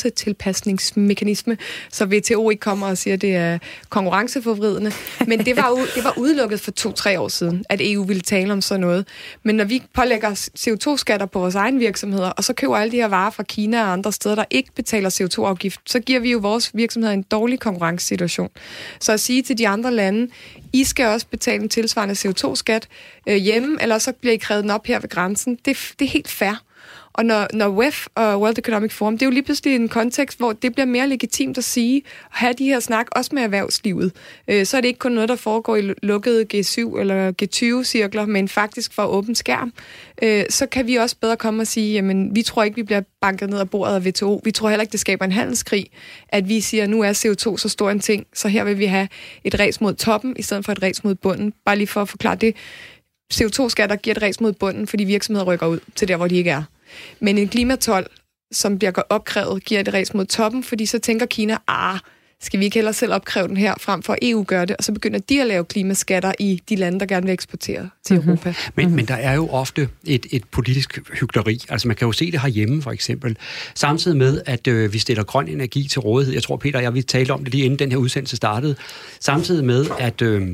grænsetilpasningsmekanisme, så W T O ikke kommer og siger, at det er konkurrenceforvridende. Men det var, det var udelukket for to-tre år siden, at E U ville tale om sådan noget. Men når vi pålægger C O to skatter på vores egne virksomheder, og så køber alle de her varer fra Kina og andre steder, der ikke betaler C O to afgift, så giver vi jo vores virksomheder en dårlig konkurrencesituation. Så at sige til de andre lande, I skal også betale en tilsvarende C O to skat øh, hjemme, eller så bliver I krævet den op her ved grænsen. Det, det er helt fair. Og når, når W E F og World Economic Forum, det er jo lige pludselig en kontekst, hvor det bliver mere legitimt at sige, at have de her snak, også med erhvervslivet. Øh, så er det ikke kun noget, der foregår i lukkede G syv eller G tyve-cirkler, men faktisk for åben skærm. Øh, så kan vi også bedre komme og sige, jamen, vi tror ikke, vi bliver banket ned af bordet af W T O. Vi tror heller ikke, det skaber en handelskrig, at vi siger, nu er C O to så stor en ting, så her vil vi have et ræs mod toppen, i stedet for et ræs mod bunden. Bare lige for at forklare det. C O to skatter giver et ræs mod bunden, fordi virksomheder rykker ud til der, hvor de ikke er. Men en klimatolv, som bliver opkrævet, giver et ræs mod toppen, fordi så tænker Kina, ah, skal vi ikke hellere selv opkræve den her, frem for at E U gør det, og så begynder de at lave klimaskatter i de lande, der gerne vil eksportere til mm-hmm. Europa. Men, mm-hmm. men der er jo ofte et, et politisk hykleri. Altså man kan jo se det herhjemme, for eksempel. Samtidig med, at øh, vi stiller grøn energi til rådighed. Jeg tror, Peter og jeg, vi talte om det lige inden den her udsendelse startede. Samtidig med, at... Øh,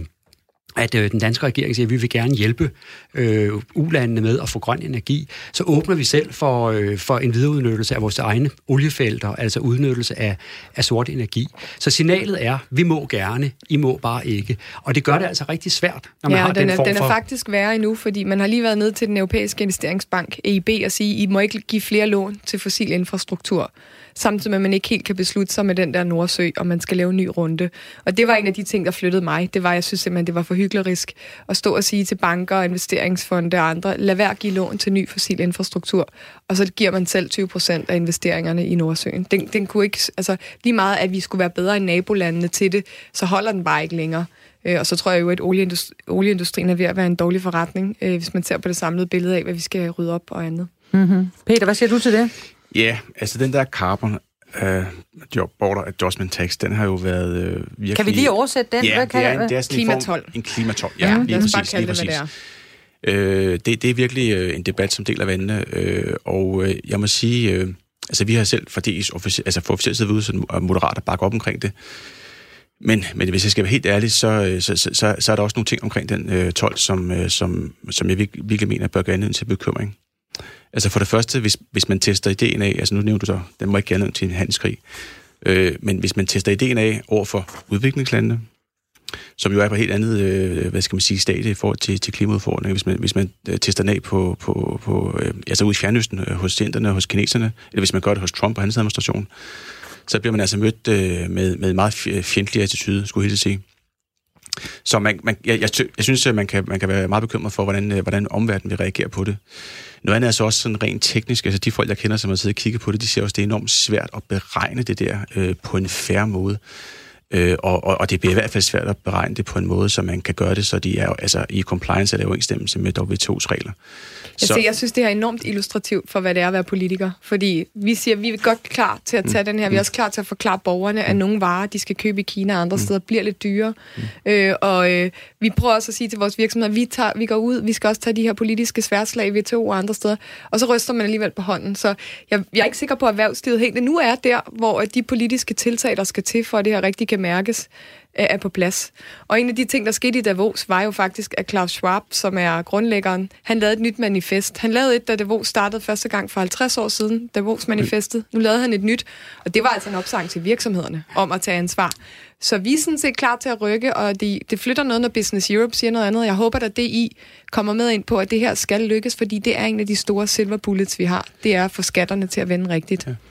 at øh, den danske regering siger, at vi vil gerne hjælpe øh, ulandene med at få grøn energi, så åbner vi selv for, øh, for en videreudnyttelse af vores egne oliefelter, altså udnyttelse af, af sort energi. Så signalet er, vi må gerne, I må bare ikke. Og det gør det altså rigtig svært, når man ja, har den den er, form den er for... faktisk værre endnu, fordi man har lige været nede til den europæiske investeringsbank, E I B, og sige, I må ikke give flere lån til fossil infrastruktur. Samtidig med, at man ikke helt kan beslutte sig med den der Nordsø, og man skal lave en ny runde. Og det var en af de ting, der flyttede mig. Det var, jeg synes simpelthen, det var for hyklerisk at stå og sige til banker, investeringsfonde og andre, lad være at give lån til ny fossil infrastruktur, og så giver man selv tyve procent af investeringerne i Nordsøen. Den, den kunne ikke, altså lige meget, at vi skulle være bedre end nabolandene til det, så holder den bare ikke længere. Og så tror jeg jo, at olieindustrien er ved at være en dårlig forretning, hvis man ser på det samlede billede af, hvad vi skal rydde op og andet. Mm-hmm. Peter, hvad siger du til det? Ja, yeah, altså den der carbon uh, job border adjustment tax, den har jo været uh, virkelig... Kan vi lige oversætte den? Ja, hvad kan det er, en, det er sådan klimatol. En, en klimatol, ja, ja, lige præcis. præcis. Lige præcis. Det, uh, det, det er virkelig uh, en debat, som deler vandene, uh, og uh, jeg må sige, uh, altså vi har selv for det offici- altså for officielt side ude, så Moderater bakker op omkring det. Men, men hvis jeg skal være helt ærlig, så, så, så, så er der også nogle ting omkring den uh, tolv, som, uh, som, som jeg virkelig, virkelig mener bør gøre anledning til bekymring. Altså for det første, hvis, hvis man tester ideen af, altså nu nævner du så, den må ikke gerne ned til en handelskrig, øh, men hvis man tester ideen af over for udviklingslandene, som jo er på et helt andet, øh, hvad skal man sige, stadie i forhold til, til klimaudfordringer, hvis man, hvis man tester den af på, på, på øh, altså ude i Fjernøsten, øh, hos inderne, hos kineserne, eller hvis man gør det hos Trump og hans administration, så bliver man altså mødt øh, med, med meget fjendtlig attitude, skulle jeg helt sige. Så man, man, jeg, jeg, jeg synes, at man kan, man kan være meget bekymret for, hvordan, hvordan omverdenen vil reagere på det. Noget andet er så også sådan rent teknisk. Altså de folk, jeg kender, som har siddet og kigget på det, de siger også, at det er enormt svært at beregne det der øh, på en fair måde. Øh, og, og, og det bliver i hvert fald svært at beregne det på en måde, så man kan gøre det, så de er altså i compliance eller overensstemmelse med W T O's regler. Jeg, så... jeg synes, det er enormt illustrativt for, hvad det er at være politiker. Fordi vi siger, at vi er godt klar til at tage mm. den her. Vi er også klar til at forklare borgerne, at nogle varer, de skal købe i Kina og andre mm. steder, bliver lidt dyre. Mm. Øh, og øh, vi prøver også at sige til vores virksomheder, at vi, tager, vi går ud, vi skal også tage de her politiske sværslag i W T O og andre steder. Og så ryster man alligevel på hånden. Så jeg, jeg er ikke sikker på, at erhvervslivet helt nu er der, hvor de politiske tiltag, der skal til for, at det her rigtig kan mærkes, er på plads. Og en af de ting, der skete i Davos, var jo faktisk, at Klaus Schwab, som er grundlæggeren, han lavede et nyt manifest. Han lavede et, da Davos startede første gang for halvtreds år siden, Davos-manifestet. Nu lavede han et nyt, og det var altså en opsang til virksomhederne om at tage ansvar. Så vi er sådan set klar til at rykke, og det, det flytter noget, når Business Europe siger noget andet. Jeg håber, at D I kommer med ind på, at det her skal lykkes, fordi det er en af de store silver bullets, vi har. Det er at få skatterne til at vende rigtigt. Ja.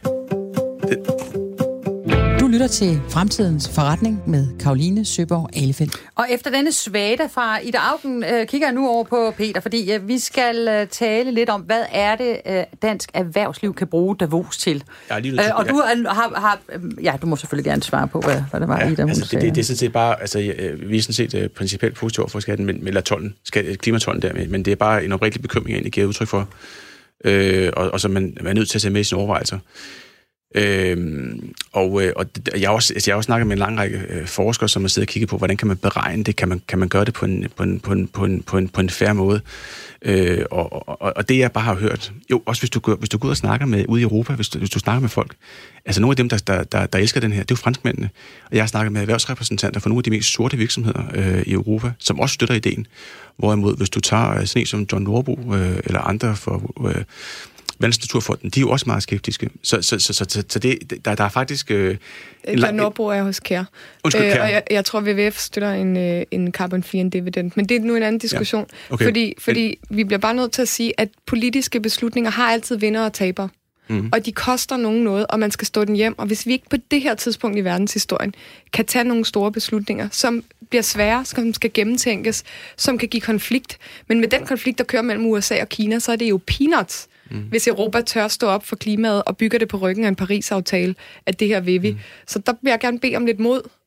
Lytter til Fremtidens Forretning med Caroline Søborg Ahlefeldt. Og efter denne svada fra Ida Auken øh, kigger jeg nu over på Peter, fordi øh, vi skal øh, tale lidt om, hvad er det, øh, dansk erhvervsliv kan bruge Davos til. Ja, lige øh, og du har, har, øh, ja, du må selvfølgelig gerne svare på, hvad, hvad det var, ja, Ida, hun altså, sagde. Det, det, det er sådan set bare, altså øh, vi er sådan set øh, principielt positive for skatten, men, eller tolden, skal, klimatolden der, men det er bare en oprigtig bekymring, jeg egentlig giver udtryk for, øh, og, og så man, man er nødt til at tage med i sine overvejelser. Øhm, og, og jeg har også, jeg har også snakket med en lang række øh, forskere, som har siddet og kigget på, hvordan kan man beregne det, kan man, kan man gøre det på en, på en, på en, på en, på en, på en fair måde. Øh, og, og, og det jeg bare har hørt, jo også hvis du, hvis du går ud og snakker med ude i Europa, hvis du, hvis du snakker med folk, altså nogle af dem, der, der, der, der elsker den her, det er jo franskmændene, og jeg har snakket med erhvervsrepræsentanter for nogle af de mest sorte virksomheder øh, i Europa, som også støtter ideen. Hvorimod, hvis du tager sådan en som John Norbo øh, eller andre for øh, Verdensnaturfonden, de er jo også meget skeptiske. Så, så, så, så, så det, der, der er faktisk... Øh, John Norbo er hos Kjær. Undskyld, Kjær. Øh, og jeg, jeg tror, W W F støtter en, øh, en carbon free dividend. Men det er nu en anden diskussion. Ja. Okay. Fordi, fordi Men... vi bliver bare nødt til at sige, at politiske beslutninger har altid vinder og taber. Mm. Og de koster nogen noget, og man skal stå den hjem. Og hvis vi ikke på det her tidspunkt i verdenshistorien kan tage nogle store beslutninger, som bliver svære, som skal gennemtænkes, som kan give konflikt. Men med den konflikt, der kører mellem U S A og Kina, så er det jo peanuts. Mm. Hvis Europa tør stå op for klimaet og bygger det på ryggen af en Paris-aftale, at det her vil vi. Mm. Så der vil jeg gerne bede om lidt mod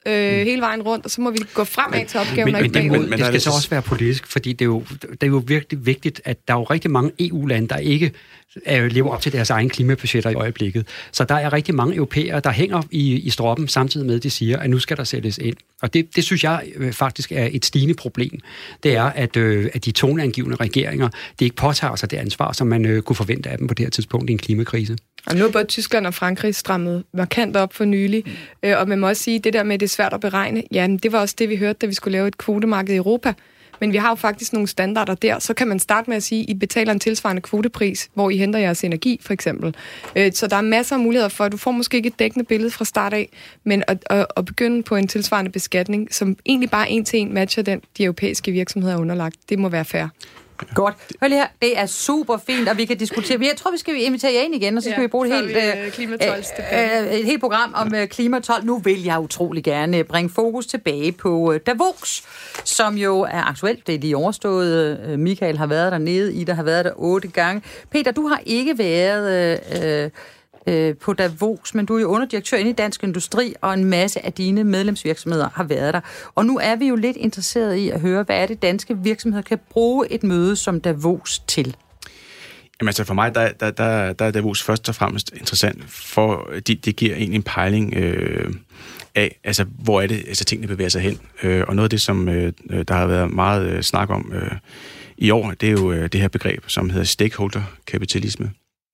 øh, hele vejen rundt, og så må vi gå fremad til opgaven. Men, men det, må, det skal så også være politisk, fordi det er, jo, det er jo virkelig vigtigt, at der er jo rigtig mange E U-lande, der ikke øh, lever op til deres egne klimabudgetter i øjeblikket. Så der er rigtig mange europæere, der hænger i, i stroppen, samtidig med, at de siger, at nu skal der sættes ind. Og det, det synes jeg øh, faktisk er et stigende problem. Det er, at, øh, at de toneangivende regeringer, de ikke påtager sig det ansvar, som man øh, kunne forvente af dem på det her tidspunkt i en klimakrise. Og nu er både Tyskland og Frankrig strammet markant op for nylig, mm. øh, og man må også sige, at det der med, at det er svært at beregne, jamen det var også det, vi hørte, da vi skulle lave et kvotemarked i Europa. Men vi har jo faktisk nogle standarder der, så kan man starte med at sige, at I betaler en tilsvarende kvotepris, hvor I henter jeres energi, for eksempel. Øh, så der er masser af muligheder for, at du får måske ikke et dækkende billede fra start af, men at, at, at begynde på en tilsvarende beskatning, som egentlig bare en til en matcher den, de europæiske virksomheder er underlagt. Det må være fair. Godt. Hør lige her, det er super fint, og vi kan diskutere. Jeg tror, vi skal invitere jer ind igen, og så skal ja, vi bruge et helt, øh, øh, et helt program om øh, klimatolv. Nu vil jeg utrolig gerne bringe fokus tilbage på øh, Davos, som jo er aktuelt. Det er lige overstået. Øh, Michael har været dernede, Ida har været der otte gange. Peter, du har ikke været øh, øh, på Davos, men du er jo underdirektør inde i Dansk Industri, og en masse af dine medlemsvirksomheder har været der. Og nu er vi jo lidt interesseret i at høre, hvad er det danske virksomheder kan bruge et møde som Davos til? Jamen altså for mig, der, der, der, der er Davos først og fremmest interessant, for det de giver egentlig en pejling øh, af, altså hvor er det, altså tingene bevæger sig hen. Øh, og noget af det, som øh, der har været meget øh, snak om øh, i år, det er jo øh, det her begreb, som hedder stakeholder-kapitalisme.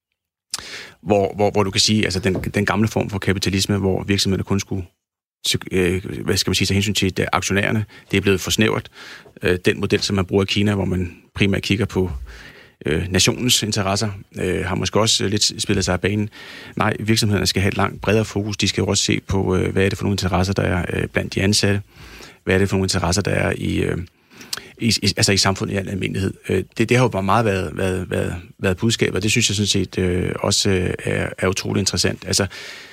Hvor, hvor, hvor du kan sige, altså den, den gamle form for kapitalisme, hvor virksomhederne kun skulle, øh, hvad skal man sige, tage hensyn til det, aktionærerne, det er blevet for snævert. Øh, den model, som man bruger i Kina, hvor man primært kigger på øh, nationens interesser, øh, har måske også lidt spillet sig af banen. Nej, virksomhederne skal have et langt bredere fokus. De skal jo også se på, øh, hvad er det for nogle interesser, der er øh, blandt de ansatte. Hvad er det for nogle interesser, der er i... Øh, I, i, altså i samfundet i al almindelighed. Det, det har jo bare meget været, været, været, været budskab, og det synes jeg sådan set øh, også øh, er, er utrolig interessant. Altså,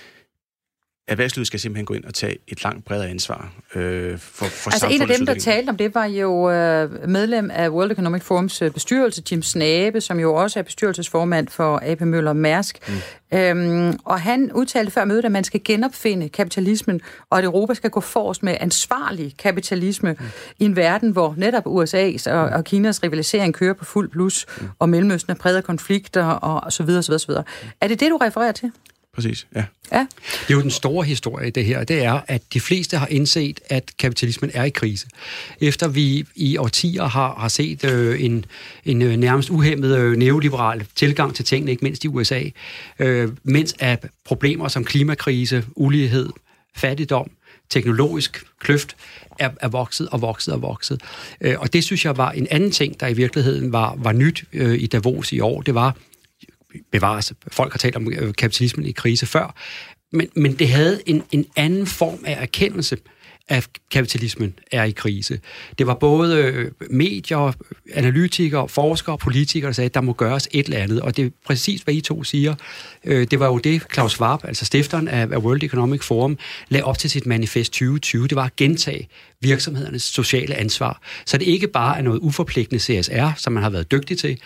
erhvervslivet skal simpelthen gå ind og tage et langt bredere ansvar øh, for, for altså en af dem, der talte om det, var jo øh, medlem af World Economic Forums øh, bestyrelse, Jim Snabe, som jo også er bestyrelsesformand for A P Møller Mærsk. Mm. Øhm, og han udtalte før mødet, at man skal genopfinde kapitalismen, og at Europa skal gå forrest med ansvarlig kapitalisme mm. i en verden, hvor netop U S A's og, og Kinas rivalisering kører på fuld blus, mm. og Mellemøsten er præget af konflikter, og så videre, så videre, så videre. Er det det, du refererer til? Præcis, ja. ja. Det er jo den store historie i det her, det er, at de fleste har indset, at kapitalismen er i krise. Efter vi i årtier har, har set øh, en, en øh, nærmest uhæmmet øh, neoliberal tilgang til tingene, ikke mindst i U S A, øh, mens at problemer som klimakrise, ulighed, fattigdom, teknologisk kløft er, er vokset og vokset og vokset. Øh, og det synes jeg var en anden ting, der i virkeligheden var, var nyt øh, i Davos i år. Det var bevares. Folk har talt om kapitalismen i krise før, men, men det havde en, en anden form af erkendelse af, at kapitalismen er i krise. Det var både medier, analytikere, forskere, politikere, der sagde, at der må gøres et eller andet, og det er præcis, hvad I to siger. Det var jo det, Klaus Schwab, altså stifteren af World Economic Forum, lagde op til sit manifest tyve tyve. Det var at gentage virksomhedernes sociale ansvar. Så det ikke bare er noget uforpligtende C S R, som man har været dygtig til.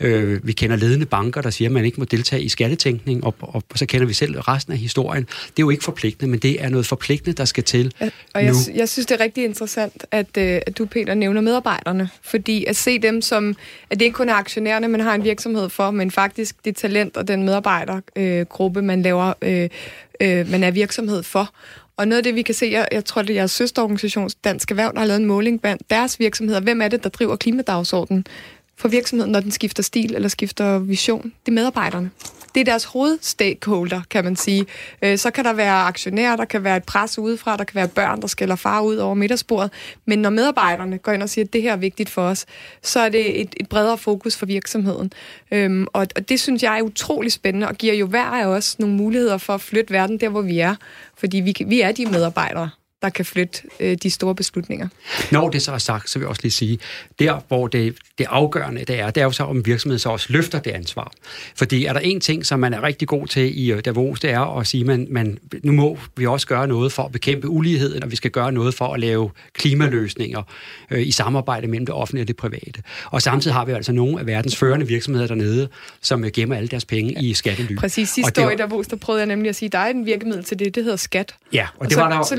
Vi kender ledende banker, der siger, at man ikke må deltage i skattetænkning, og, og så kender vi selv resten af historien. Det er jo ikke forpligtende, men det er noget forpligtende, der skal til ja, og jeg, jeg synes, det er rigtig interessant, at, at du, Peter, nævner medarbejderne, fordi at se dem som, at det ikke kun er aktionærerne, man har en virksomhed for, men faktisk det talent og den medarbejdergruppe, øh, man laver, øh, øh, man er virksomhed for. Og noget af det, vi kan se, jeg, jeg tror, det er jeres søsterorganisation, Dansk Erhverv, der har lavet en måling blandt deres virksomheder. Hvem er det, der driver klimadagsordenen for virksomheden, når den skifter stil eller skifter vision? Det er medarbejderne. Det er deres hovedstakeholder, kan man sige. Så kan der være aktionærer, der kan være et pres udefra, der kan være børn, der skælder far ud over middagsbordet. Men når medarbejderne går ind og siger, at det her er vigtigt for os, så er det et, et bredere fokus for virksomheden. Øhm, og, og det synes jeg er utrolig spændende, og giver jo hver af os nogle muligheder for at flytte verden der, hvor vi er. Fordi vi, vi er de medarbejdere, der kan flytte øh, de store beslutninger. Når det så er sagt, så vil jeg også lige sige, der hvor det, det afgørende det er, det er jo så, om virksomheden så også løfter det ansvar. Fordi er der en ting, som man er rigtig god til i Davos, det er at sige, at man, man, nu må vi også gøre noget for at bekæmpe uligheden, og vi skal gøre noget for at lave klimaløsninger øh, i samarbejde mellem det offentlige og det private. Og samtidig har vi altså nogle af verdens førende virksomheder dernede, som gemmer alle deres penge ja. i skattely. Præcis. Sidste år i Davos, der prøvede jeg nemlig at sige, at der er en virkemiddel til det, det hedder skat. Ja, og, og det så, var der, så løber det, de lidt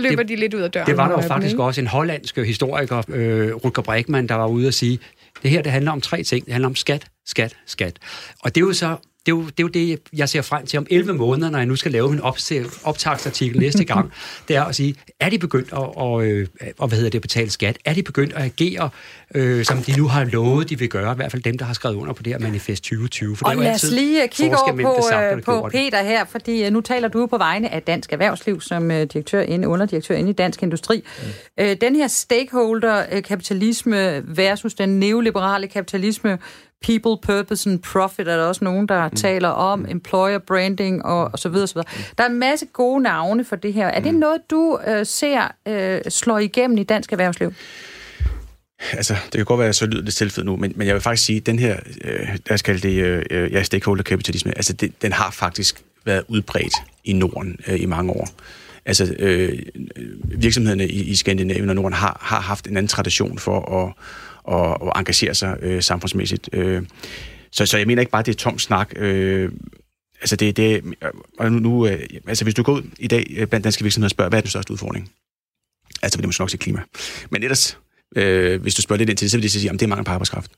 lidt ud af døren. Det var der jo faktisk dem, også en hollandsk historiker, øh, Rutger Bregman, der var ude at sige, det her det handler om tre ting. Det handler om skat, skat, skat. Og det er jo så Det er, jo, det er jo det, jeg ser frem til om elleve måneder, når jeg nu skal lave en optagsartikel næste gang. Det er at sige, er de begyndt at, og, og, hvad hedder det, betale skat? Er de begyndt at agere, øh, som de nu har lovet, de vil gøre? I hvert fald dem, der har skrevet under på det her manifest tyve tyve. For og lad os lige kigge over på, sagt, på Peter her, fordi nu taler du på vegne af Dansk Erhvervsliv som direktør inde, underdirektør inde i Dansk Industri. Mm. Den her stakeholder-kapitalisme versus den neoliberale kapitalisme, people, purpose and profit er der også nogen, der mm. taler om, employer branding og, og så videre, så videre. Der er en masse gode navne for det her. Er det noget, du øh, ser øh, slår igennem i dansk erhvervsliv? Altså, det kan godt være, at så lyder det selvfødt nu, men, men jeg vil faktisk sige, at den her, øh, der skal det, øh, ja, stakeholder-kapitalisme, altså det, den har faktisk været udbredt i Norden øh, i mange år. Altså, øh, virksomhederne i, i Skandinavien og Norden har, har haft en anden tradition for at og, og engagere sig øh, samfundsmæssigt. Øh, så, så jeg mener ikke bare, det er tom snak. Øh, altså, det, det og nu, nu øh, altså, hvis du går ud i dag blandt danske virksomheder og spørger, hvad er den største udfordring? Altså, vil det måske nok sige klima. Men ellers, øh, hvis du spørger lidt ind til det, så vil de sige, at det er mangel på arbejdskraft.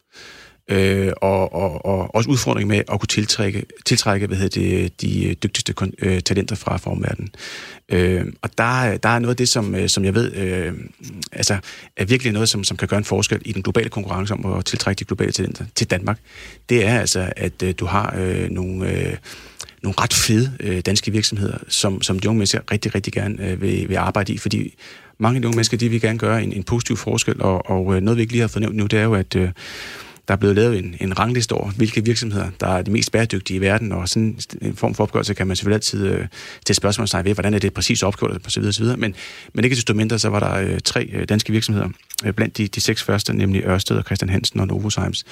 Øh, og, og, og også udfordring med at kunne tiltrække, tiltrække hvad hedder det, de dygtigste øh, talenter fra, fra omverdenen. Øh, og der, der er noget af det, som, som jeg ved, øh, altså, er virkelig noget, som, som kan gøre en forskel i den globale konkurrence om at tiltrække de globale talenter til Danmark. Det er altså, at øh, du har øh, nogle, øh, nogle ret fede øh, danske virksomheder, som, som de unge mennesker rigtig, rigtig gerne øh, vil, vil arbejde i, fordi mange af de unge mennesker, de vil gerne gøre en, en positiv forskel, og, og noget, vi ikke lige har fået nævnt nu, det er jo, at øh, der er blevet lavet en, en rangliste over, hvilke virksomheder, der er de mest bæredygtige i verden, og sådan en form for opgørelse kan man selvfølgelig altid øh, til spørgsmål ved, hvordan er det præcis opgjort, osv. osv. Men, men ikke desto mindre, så var der øh, tre øh, danske virksomheder, øh, blandt de, de seks første, nemlig Ørsted og Christian Hansen og Novozymes.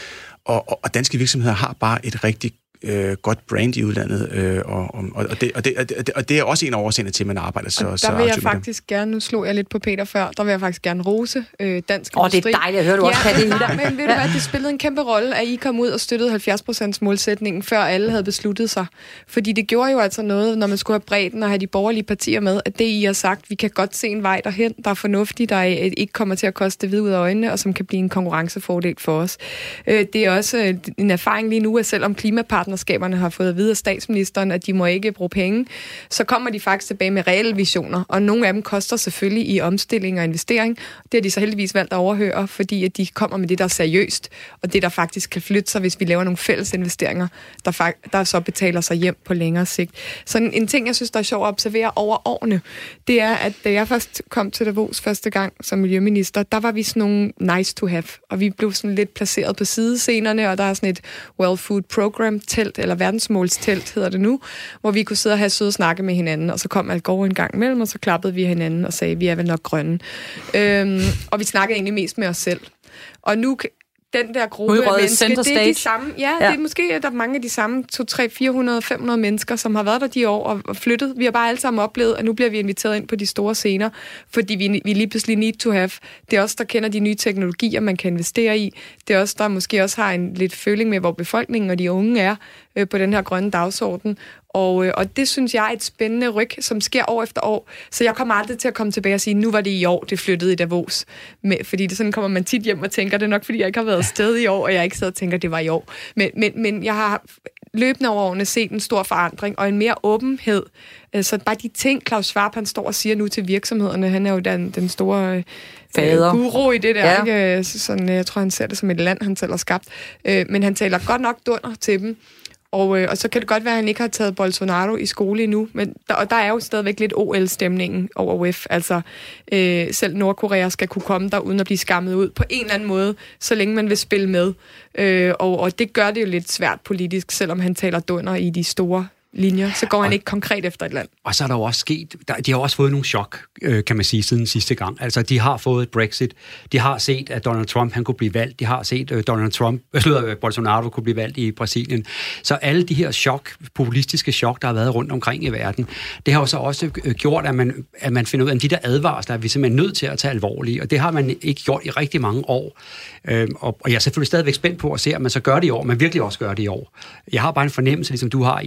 Og, og, og danske virksomheder har bare et rigtig øh, godt brand i udlandet, øh, og, og, og, det, og, det, og, det, og det er også en af årsagerne til, at man arbejder så og så der vil jeg faktisk gerne, nu slog jeg lidt på Peter før, der vil jeg faktisk gerne rose øh, Dansk Industri. Åh, det er dejligt at høre, du ja, også kan det i dig. Men ved du hvad, det spillede en kæmpe rolle, at I kom ud og støttede halvfjerds procent målsætningen, før alle havde besluttet sig. Fordi det gjorde jo altså noget, når man skulle have bredden og have de borgerlige partier med, at det I har sagt, vi kan godt se en vej derhen, der er fornuftigt, der ikke kommer til at koste vid ud af øjnene, og som kan blive en konkurrencefordel for os. Øh, det er også en erfaring lige nu, at selvom klimapartnerskaberne har fået at vide af statsministeren, at de må ikke bruge penge, så kommer de faktisk tilbage med reelle visioner, og nogle af dem koster selvfølgelig i omstilling og investering. Det har de så heldigvis valgt at overhøre, fordi at de kommer med det, der er seriøst, og det, der faktisk kan flytte sig, hvis vi laver nogle fælles investeringer, der, fakt- der så betaler sig hjem på længere sigt. Så en, en ting, jeg synes, der er sjovt at observere over årene, det er, at da jeg først kom til Davos første gang som miljøminister, der var vi sådan nogle nice to have, og vi blev sådan lidt placeret på sidescenerne, og der er sådan et Well Food Program telt, eller verdensmålstelt hedder det nu, hvor vi kunne sidde og have søde snakke med hinanden, og så kom Al Gore en gang imellem, og så klappede vi hinanden og sagde, vi er vel nok grønne. Øhm, og vi snakkede egentlig mest med os selv. Og nu den der gruppe af mennesker, det er de samme, ja, ja, det er måske er der mange af de samme to, tre, fire hundrede, fem hundrede mennesker, som har været der de år og, og flyttet. Vi har bare alle sammen oplevet, at nu bliver vi inviteret ind på de store scener, fordi vi, vi lige pludselig need to have. Det er os, der kender de nye teknologier, man kan investere i. Det er os, der måske også har en lidt føling med, hvor befolkningen og de unge er øh, på den her grønne dagsorden. Og, øh, og det synes jeg er et spændende ryg, som sker år efter år. Så jeg kommer aldrig til at komme tilbage og sige, nu var det i år, det flyttede i Davos. Med, fordi det sådan kommer man tit hjem og tænker, det er nok, fordi jeg ikke har været afsted i år, og jeg ikke sidder og tænker, det var i år. Men, men, men jeg har løbende over årene set en stor forandring og en mere åbenhed. Så bare de ting, Klaus Schwab, han står og siger nu til virksomhederne, han er jo den, den store øh, guru i det der. Ja. Ikke? Sådan, jeg tror, han ser det som et land, han selv har skabt. Øh, men han taler godt nok dunder til dem. Og, øh, og så kan det godt være, at han ikke har taget Bolsonaro i skole endnu, men der, og der er jo stadigvæk lidt O L-stemningen over U E F. Altså, øh, selv Nordkorea skal kunne komme der, uden at blive skammet ud på en eller anden måde, så længe man vil spille med. Øh, og, og det gør det jo lidt svært politisk, selvom han taler dunder i de store linjer, så går han og, ikke konkret efter et land. Og så er der jo også sket, der, de har også fået nogle chok, øh, kan man sige, siden sidste gang. Altså, de har fået et Brexit, de har set, at Donald Trump, han kunne blive valgt, de har set, at øh, Donald Trump, øh, Bolsonaro kunne blive valgt i Brasilien. Så alle de her chok, populistiske chok, der har været rundt omkring i verden, det har jo så også øh, gjort, at man, at man finder ud af, at de der advarsler er vi simpelthen nødt til at tage alvorlige, og det har man ikke gjort i rigtig mange år. Øh, og, og jeg er selvfølgelig stadigvæk spændt på at se, at man så gør det i år, men virkelig også gør det i år. Jeg har bare en fornemmelse, ligesom du har, Ida, af,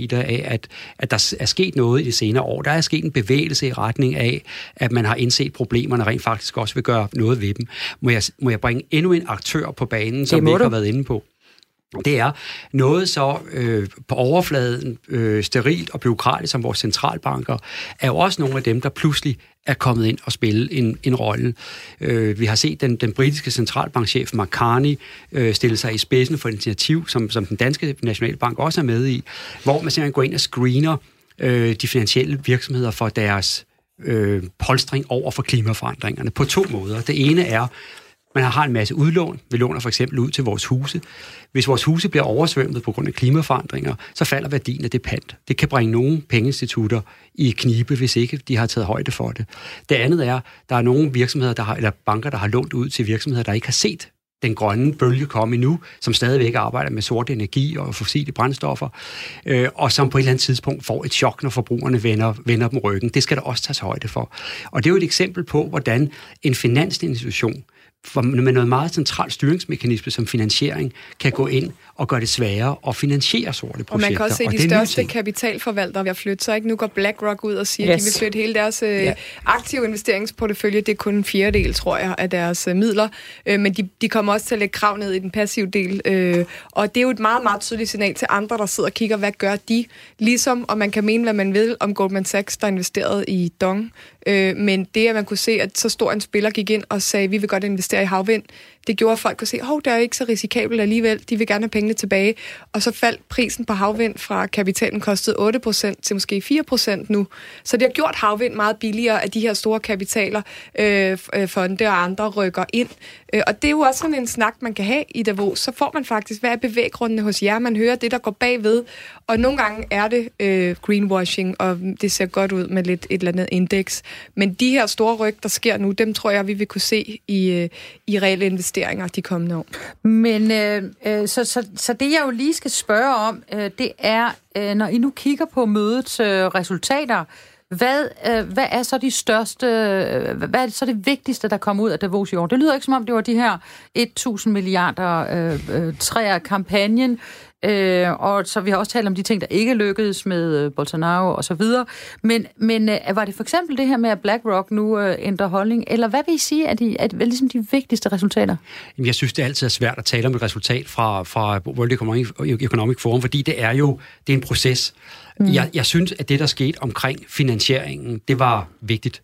at, at der er sket noget i de senere år. Der er sket en bevægelse i retning af, at man har indset problemerne, og rent faktisk også vil gøre noget ved dem. Må jeg, må jeg bringe endnu en aktør på banen, som vi ikke har været inde på? Det er noget så øh, på overfladen øh, sterilt og bureaukratisk som vores centralbanker, er jo også nogle af dem, der pludselig er kommet ind og spille en, en rolle. Øh, vi har set den, den britiske centralbankchef Mark Carney øh, stille sig i spidsen for et initiativ, som, som den danske nationalbank også er med i, hvor man simpelthen går ind og screener øh, de finansielle virksomheder for deres øh, polstring over for klimaforandringerne på to måder. Det ene er, man har en masse udlån. Vi låner for eksempel ud til vores huse. Hvis vores huse bliver oversvømmet på grund af klimaforandringer, så falder værdien af det pant. Det kan bringe nogle pengeinstitutter i knibe, hvis ikke de har taget højde for det. Det andet er, der er nogle virksomheder, der har, eller banker, der har lånt ud til virksomheder, der ikke har set den grønne bølge komme endnu, som stadigvæk arbejder med sort energi og fossile brændstoffer, øh, og som på et eller andet tidspunkt får et chok, når forbrugerne vender, vender dem ryggen. Det skal der også tages højde for. Og det er jo et eksempel på, hvordan en finansinstitution for med noget meget centralt styringsmekanisme som finansiering, kan gå ind og gøre det sværere at finansiere sorte projekter. Og man kan også se og de største kapitalforvaltere ved at flytte sig. Ikke? Nu går BlackRock ud og siger, yes. at de vil flytte hele deres øh, ja. aktive investeringsportefølje. Det er kun en fjerdedel, tror jeg, af deres øh, midler. Øh, men de, de kommer også til at lægge krav ned i den passive del. Øh, og det er jo et meget, meget tydeligt signal til andre, der sidder og kigger, hvad gør de? Ligesom, og man kan mene, hvad man vil om Goldman Sachs, der investerede i Dong. Øh, men det, at man kunne se, at så stor en spiller gik ind og sagde, vi vil godt investere i havvind, det gjorde, at folk kunne se, hov, det er ikke så risikabelt alligevel, de vil gerne have pengene tilbage. Og så faldt prisen på havvind fra kapitalen kostede otte procent til måske fire procent nu. Så det har gjort havvind meget billigere, at de her store kapitaler, øh, fonde og andre rykker ind. Øh, og det er jo også sådan en snak, man kan have i Davos. Så får man faktisk, hvad er bevæggrundene hos jer? Man hører det, der går bagved. Og nogle gange er det øh, greenwashing, og det ser godt ud med lidt et eller andet indeks. Men de her store ryg, der sker nu, dem tror jeg, vi vil kunne se i, øh, i reelle investeringer de kommende år. Men øh, øh, så, så, så det, jeg jo lige skal spørge om, øh, det er, øh, når I nu kigger på mødets øh, resultater, hvad, øh, hvad er så de største, øh, hvad er så det vigtigste, der kommer ud af Davos i år? Det lyder ikke som om, det var de her tusind milliarder øh, øh, træer kampagnen, Øh, og så vi har også talt om de ting, der ikke lykkedes med øh, Bolsonaro og så videre. Men, men øh, var det for eksempel det her med, at BlackRock nu øh, ændrer holdning? Eller hvad vil I sige, er de, er de, er ligesom de vigtigste resultater? Jeg synes, det er altid svært at tale om et resultat fra, fra World Economic, Economic Forum, fordi det er jo det er en proces. Mm. Jeg, jeg synes, at det, der skete omkring finansieringen, det var vigtigt.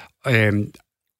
Øhm,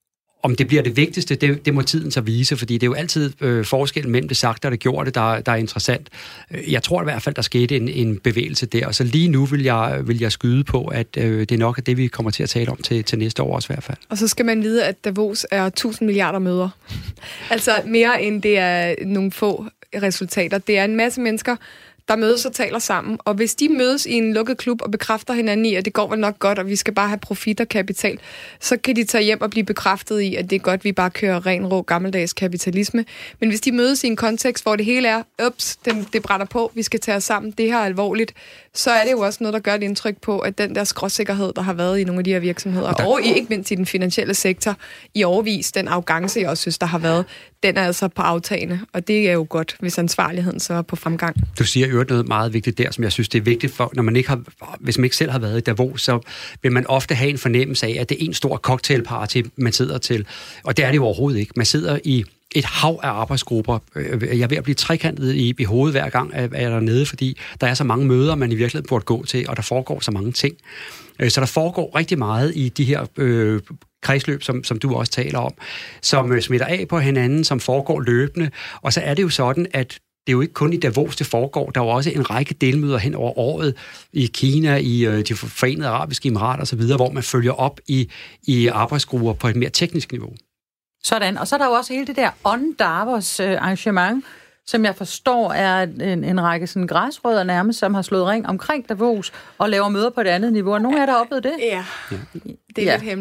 Om det bliver det vigtigste, det, det må tiden så vise, fordi det er jo altid øh, forskellen mellem det sagte og det gjorde det, der, der er interessant. Jeg tror i hvert fald, der skete en, en bevægelse der, og så lige nu vil jeg, vil jeg skyde på, at øh, det er nok er det, vi kommer til at tale om til, til næste år også i hvert fald. Og så skal man vide, at Davos er tusind milliarder møder. Altså mere end det er nogle få resultater. Det er en masse mennesker, der mødes og taler sammen. Og hvis de mødes i en lukket klub og bekræfter hinanden i, at det går vel nok godt, og vi skal bare have profit og kapital, så kan de tage hjem og blive bekræftet i, at det er godt, at vi bare kører ren, rå, gammeldags kapitalisme. Men hvis de mødes i en kontekst, hvor det hele er, ups, det, det brænder på, vi skal tage os sammen, det her er alvorligt, så er det jo også noget, der gør et indtryk på, at den der skråsikkerhed, der har været i nogle af de her virksomheder, og, der... og ikke mindst i den finansielle sektor, i overvis, den arrogance, jeg også synes, der har været, den er altså på aftagende, og det er jo godt, hvis ansvarligheden så er på fremgang. Du siger jo noget meget vigtigt der, som jeg synes, det er vigtigt for, når man ikke har, hvis man ikke selv har været i Davos, så vil man ofte have en fornemmelse af, at det er en stor cocktailparty, man sidder til, og det er det jo overhovedet ikke. Man sidder i et hav af arbejdsgrupper. Jeg er ved at blive trekantet i, i hovedet hver gang, at jeg er dernede, fordi der er så mange møder, man i virkeligheden burde gå til, og der foregår så mange ting. Så der foregår rigtig meget i de her øh, kredsløb, som, som du også taler om, som øh, smitter af på hinanden, som foregår løbende. Og så er det jo sådan, at det er jo ikke kun i Davos, det foregår. Der er jo også en række delmøder hen over året i Kina, i øh, de Forenede Arabiske Emirater osv., hvor man følger op i, i arbejdsgrupper på et mere teknisk niveau. Sådan, og så er der jo også hele det der On Davos øh, arrangement, som jeg forstår er en, en række sådan græsrødder nærmest, som har slået ring omkring Davos og laver møder på et andet niveau. Og nogen af jer, der har oplevet det? Ja, det er ja. lidt hemmeligt.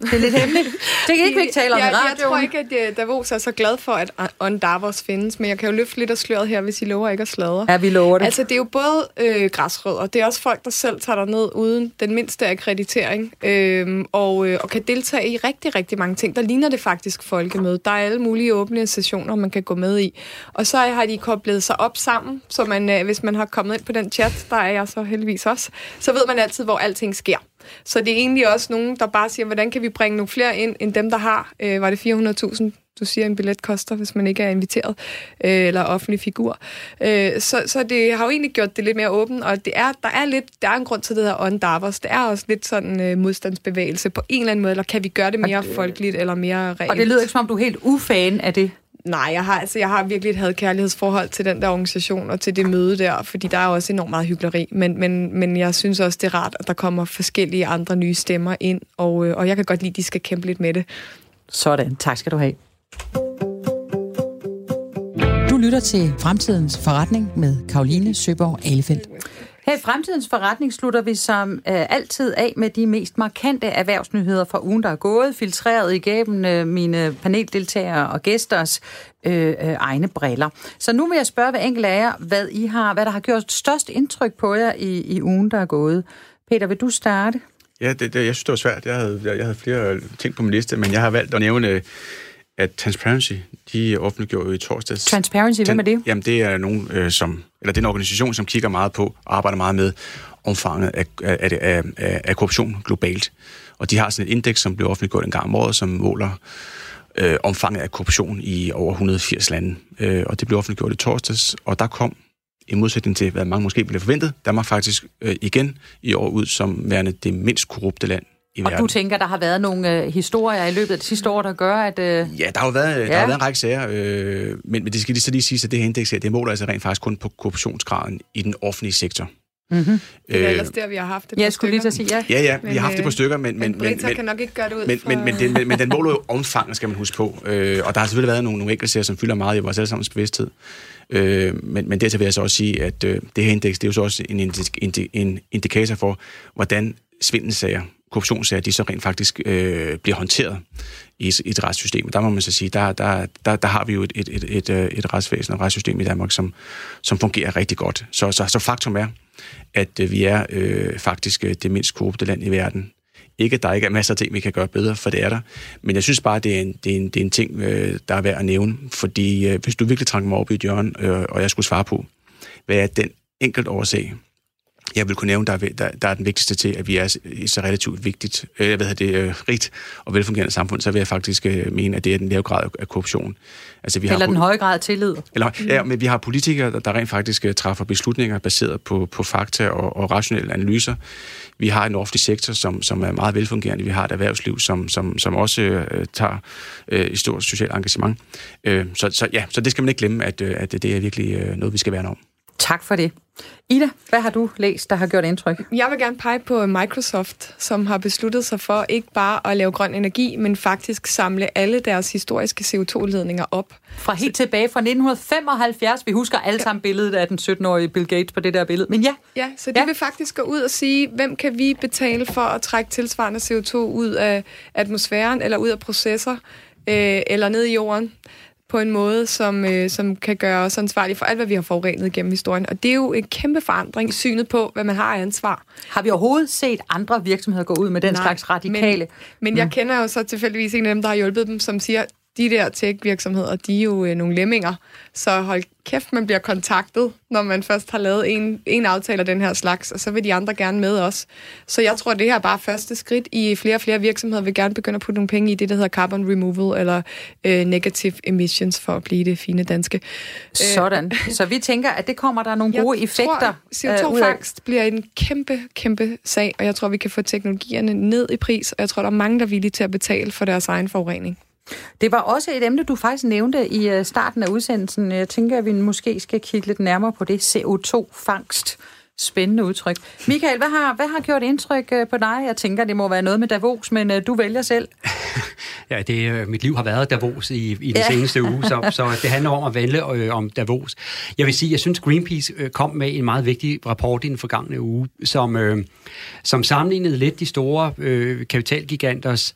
Det er lidt hemmeligt. Det kan ikke vi ikke tale om jeg, i radioen. Jeg tror ikke, at Davos er så glad for, at On Davos findes, men jeg kan jo løfte lidt af sløret her, hvis I lover ikke at sladre. Ja, vi lover det. Altså, det er jo både øh, græsrødder, det er også folk, der selv tager der ned uden den mindste akkreditering, øh, og, øh, og kan deltage i rigtig, rigtig mange ting. Der ligner det faktisk folkemøde. Der er alle mulige åbne sessioner, man kan gå med i. Og så har de koblet sig op sammen, så man, øh, hvis man har kommet ind på den chat, der er jeg så heldigvis også, så ved man altid, hvor alting sker. Så det er egentlig også nogen, der bare siger, hvordan kan vi bringe nogle flere ind, end dem, der har, øh, var det fire hundrede tusind, du siger, en billet koster, hvis man ikke er inviteret, øh, eller offentlig figur. Øh, så, så det har jo egentlig gjort det lidt mere åbent, og det er, der er lidt, der er en grund til det her On Davos. Det er også lidt sådan øh, modstandsbevægelse på en eller anden måde, eller kan vi gøre det mere det, folkeligt, eller mere reelt? Og det lyder ikke, som om du er helt ufan af det. Nej, jeg har, altså, jeg har virkelig et hadkærlighedsforhold til den der organisation og til det møde der, fordi der er også enormt meget hykleri. Men, men, men jeg synes også, det er rart, at der kommer forskellige andre nye stemmer ind, og, og jeg kan godt lide, at de skal kæmpe lidt med det. Sådan. Tak skal du have. Du lytter til Fremtidens Forretning med Caroline Søborg Ahlefeldt. Her i Fremtidens Forretning slutter vi som øh, altid af med de mest markante erhvervsnyheder fra ugen, der er gået, filtreret igennem øh, mine paneldeltagere og gæsters øh, øh, egne briller. Så nu vil jeg spørge hver enkelt af jer, hvad, I har, hvad der har gjort størst indtryk på jer i, i ugen, der er gået. Peter, vil du starte? Ja, det, det, jeg synes, det var svært. Jeg havde, jeg, jeg havde flere ting på min liste, men jeg har valgt at nævne, at Transparency, de offentliggjorde jo i torsdags. Transparency, hvem er det? Jamen, det er nogen, øh, som, eller det er en organisation, som kigger meget på og arbejder meget med omfanget af, af, af, af, af korruption globalt. Og de har sådan et indeks, som bliver offentliggjort en gang om året, som måler øh, omfanget af korruption i over et hundrede og firs lande. Øh, og det blev offentliggjort i torsdags, og der kom, i modsætning til, hvad mange måske ville have forventet, Danmark faktisk øh, igen i år ud som værende det mindst korrupte land i og verden. Du tænker, der har været nogle øh, historier i løbet af det sidste år, der gør, at... Øh... Ja, der har jo været, ja. der har været en række sager, øh, men, men det skal lige så lige sige, at det her indeks her, det måler altså rent faktisk kun på korruptionsgraden i den offentlige sektor. Mm-hmm. Det er ellers der, vi har haft det. Jeg skulle lige til at sige ja. Ja, ja, men, vi har haft det på stykker, men... Men, men Brita kan nok ikke gøre det ud men, fra... Men, men, men, den, men den måler jo omfanget, skal man huske på. Øh, og der har selvfølgelig været nogle, nogle enkelte sager, som fylder meget i vores allesammens bevidsthed. Øh, men, men dertil vil jeg så også sige, at øh, det her indeks, det er jo så også en, indi- en indikator for, hvordan svindelsager, korruptionssager, de så rent faktisk øh, bliver håndteret i, i et retssystem. Der må man så sige, der, der, der, der har vi jo et, et, et, et, et retsvæsen og et retssystem i Danmark, som, som fungerer rigtig godt. Så, så, så faktum er, at øh, vi er øh, faktisk det mindst korrupte land i verden. Ikke, at der ikke er masser af ting, vi kan gøre bedre, for det er der. Men jeg synes bare, det er en, det er en, det er en ting, øh, der er værd at nævne. Fordi øh, hvis du virkelig trænger mig op i et hjørne, øh, og jeg skulle svare på, hvad er den enkelt årsag, jeg vil kunne nævne, der er, der, der er den vigtigste til, at vi er i så relativt vigtigt, øh, hvad hedder det, øh, rigt og velfungerende samfund, så vil jeg faktisk øh, mene, at det er den lave grad af korruption. Altså, vi eller har, den høje grad af tillid. Eller, ja, men vi har politikere, der, der rent faktisk uh, træffer beslutninger baseret på, på fakta og, og rationelle analyser. Vi har en offentlig sektor, som, som er meget velfungerende. Vi har et erhvervsliv, som, som, som også uh, tager uh, et stort socialt engagement. Uh, så, så ja, så det skal man ikke glemme, at, uh, at det er virkelig uh, noget, vi skal værne om. Tak for det. Ida, hvad har du læst, der har gjort indtryk? Jeg vil gerne pege på Microsoft, som har besluttet sig for ikke bare at lave grøn energi, men faktisk samle alle deres historiske C O to ledninger op. Fra helt tilbage fra nitten femoghalvfjerds. Vi husker alle sammen billedet af den sytten-årige Bill Gates på det der billede. Men ja. Ja, så de ja. vil faktisk gå ud og sige, hvem kan vi betale for at trække tilsvarende C O to ud af atmosfæren, eller ud af processer, øh, eller ned i jorden, på en måde, som, øh, som kan gøre os ansvarlige for alt, hvad vi har forurenet gennem historien. Og det er jo en kæmpe forandring i synet på, hvad man har af ansvar. Har vi overhovedet set andre virksomheder gå ud med den Nej, slags radikale? Men, men mm. jeg kender jo så tilfældigvis en af dem, der har hjulpet dem, som siger, de der tech-virksomheder, de er jo øh, nogle lemminger. Så hold kæft, man bliver kontaktet, når man først har lavet en, en aftale af den her slags, og så vil de andre gerne med os. Så jeg tror, det her er bare første skridt i flere og flere virksomheder vil gerne begynde at putte nogle penge i det, der hedder carbon removal, eller øh, negative emissions, for at blive det fine danske. Sådan. Så vi tænker, at det kommer der nogle gode jeg effekter tror, C O to-fangst bliver en kæmpe, kæmpe sag, og jeg tror, vi kan få teknologierne ned i pris, og jeg tror, der er mange, der er villige til at betale for deres egen forurening. Det var også et emne, du faktisk nævnte i starten af udsendelsen. Jeg tænker, at vi måske skal kigge lidt nærmere på det. C O to-fangst. Spændende udtryk. Michael, hvad har, hvad har gjort indtryk på dig? Jeg tænker, det må være noget med Davos, men uh, du vælger selv. Ja, det, mit liv har været Davos i, i den ja. seneste uge, så, så det handler om at vælge øh, om Davos. Jeg vil sige, jeg synes, Greenpeace øh, kom med en meget vigtig rapport i den forgangne uge, som, øh, som sammenlignede lidt de store øh, kapitalgiganters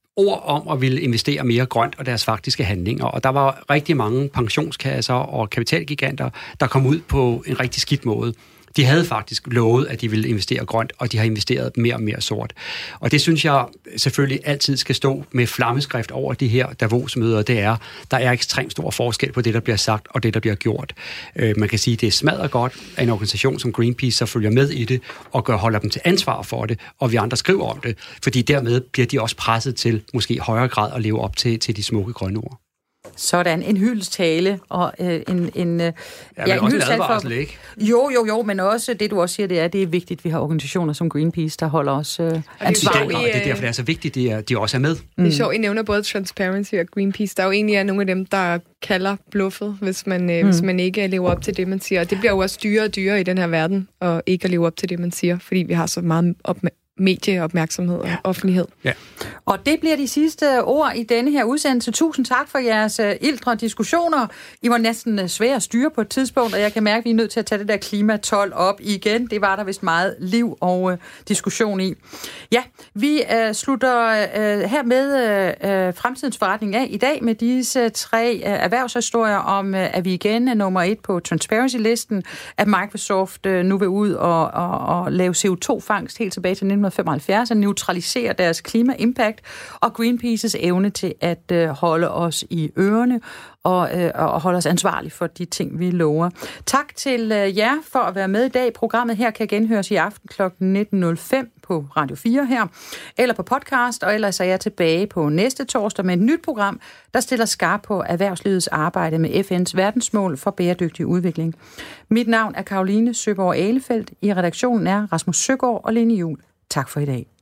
ord om at ville investere mere grønt og deres faktiske handlinger. Og der var rigtig mange pensionskasser og kapitalgiganter, der kom ud på en rigtig skidt måde. De havde faktisk lovet, at de ville investere grønt, og de har investeret mere og mere sort. Og det synes jeg selvfølgelig altid skal stå med flammeskrift over de her Davos-møder. Det er, der er ekstremt stor forskel på det, der bliver sagt, og det, der bliver gjort. Øh, man kan sige, at det er smadret godt, at en organisation som Greenpeace så følger med i det, og gør, holder dem til ansvar for det, og vi andre skriver om det. Fordi dermed bliver de også presset til, måske i højere grad, at leve op til, til de smukke grønne ord. Sådan, en hyldestale og øh, en, en, øh, ja, ja, en også en advarsel, ikke? Jo, jo, jo, men også det, du også siger, det er, det er vigtigt, vi har organisationer som Greenpeace, der holder os øh, ansvarlige. Og det er derfor, det er så vigtigt, at de, er, de også er med. Mm. Det er sjovt, I nævner både Transparency og Greenpeace. Der er jo egentlig er nogle af dem, der kalder bluffet, hvis man, øh, mm. hvis man ikke lever op til det, man siger. Og det bliver jo også dyrere og dyrere i den her verden, og ikke at leve op til det, man siger, fordi vi har så meget opmærksomhed. medieopmærksomhed og offentlighed. Ja. Og det bliver de sidste ord i denne her udsendelse. Tusind tak for jeres uh, ildre diskussioner. I var næsten uh, svære at styre på et tidspunkt, og jeg kan mærke, at vi er nødt til at tage det der klimatol op igen. Det var der vist meget liv og uh, diskussion i. Ja, vi uh, slutter uh, her med uh, Fremtidens Forretning af i dag med disse tre uh, erhvervshistorier om, uh, at vi igen er nummer et på Transparency-listen, at Microsoft uh, nu vil ud og, og, og lave C O to fangst helt tilbage til nitten femoghalvfjerds og neutralisere deres klima-impact, og Greenpeaces evne til at øh, holde os i ørerne og, øh, og holde os ansvarlige for de ting, vi lover. Tak til øh, jer for at være med i dag. Programmet her kan genhøres i aften klokken nitten nul fem på Radio fire her, eller på podcast, og ellers er jeg tilbage på næste torsdag med et nyt program, der stiller skarp på erhvervslivets arbejde med F N's verdensmål for bæredygtig udvikling. Mit navn er Caroline Søborg Ahlefeldt. I redaktionen er Rasmus Søgaard og Lene Juhl. Tak for i dag.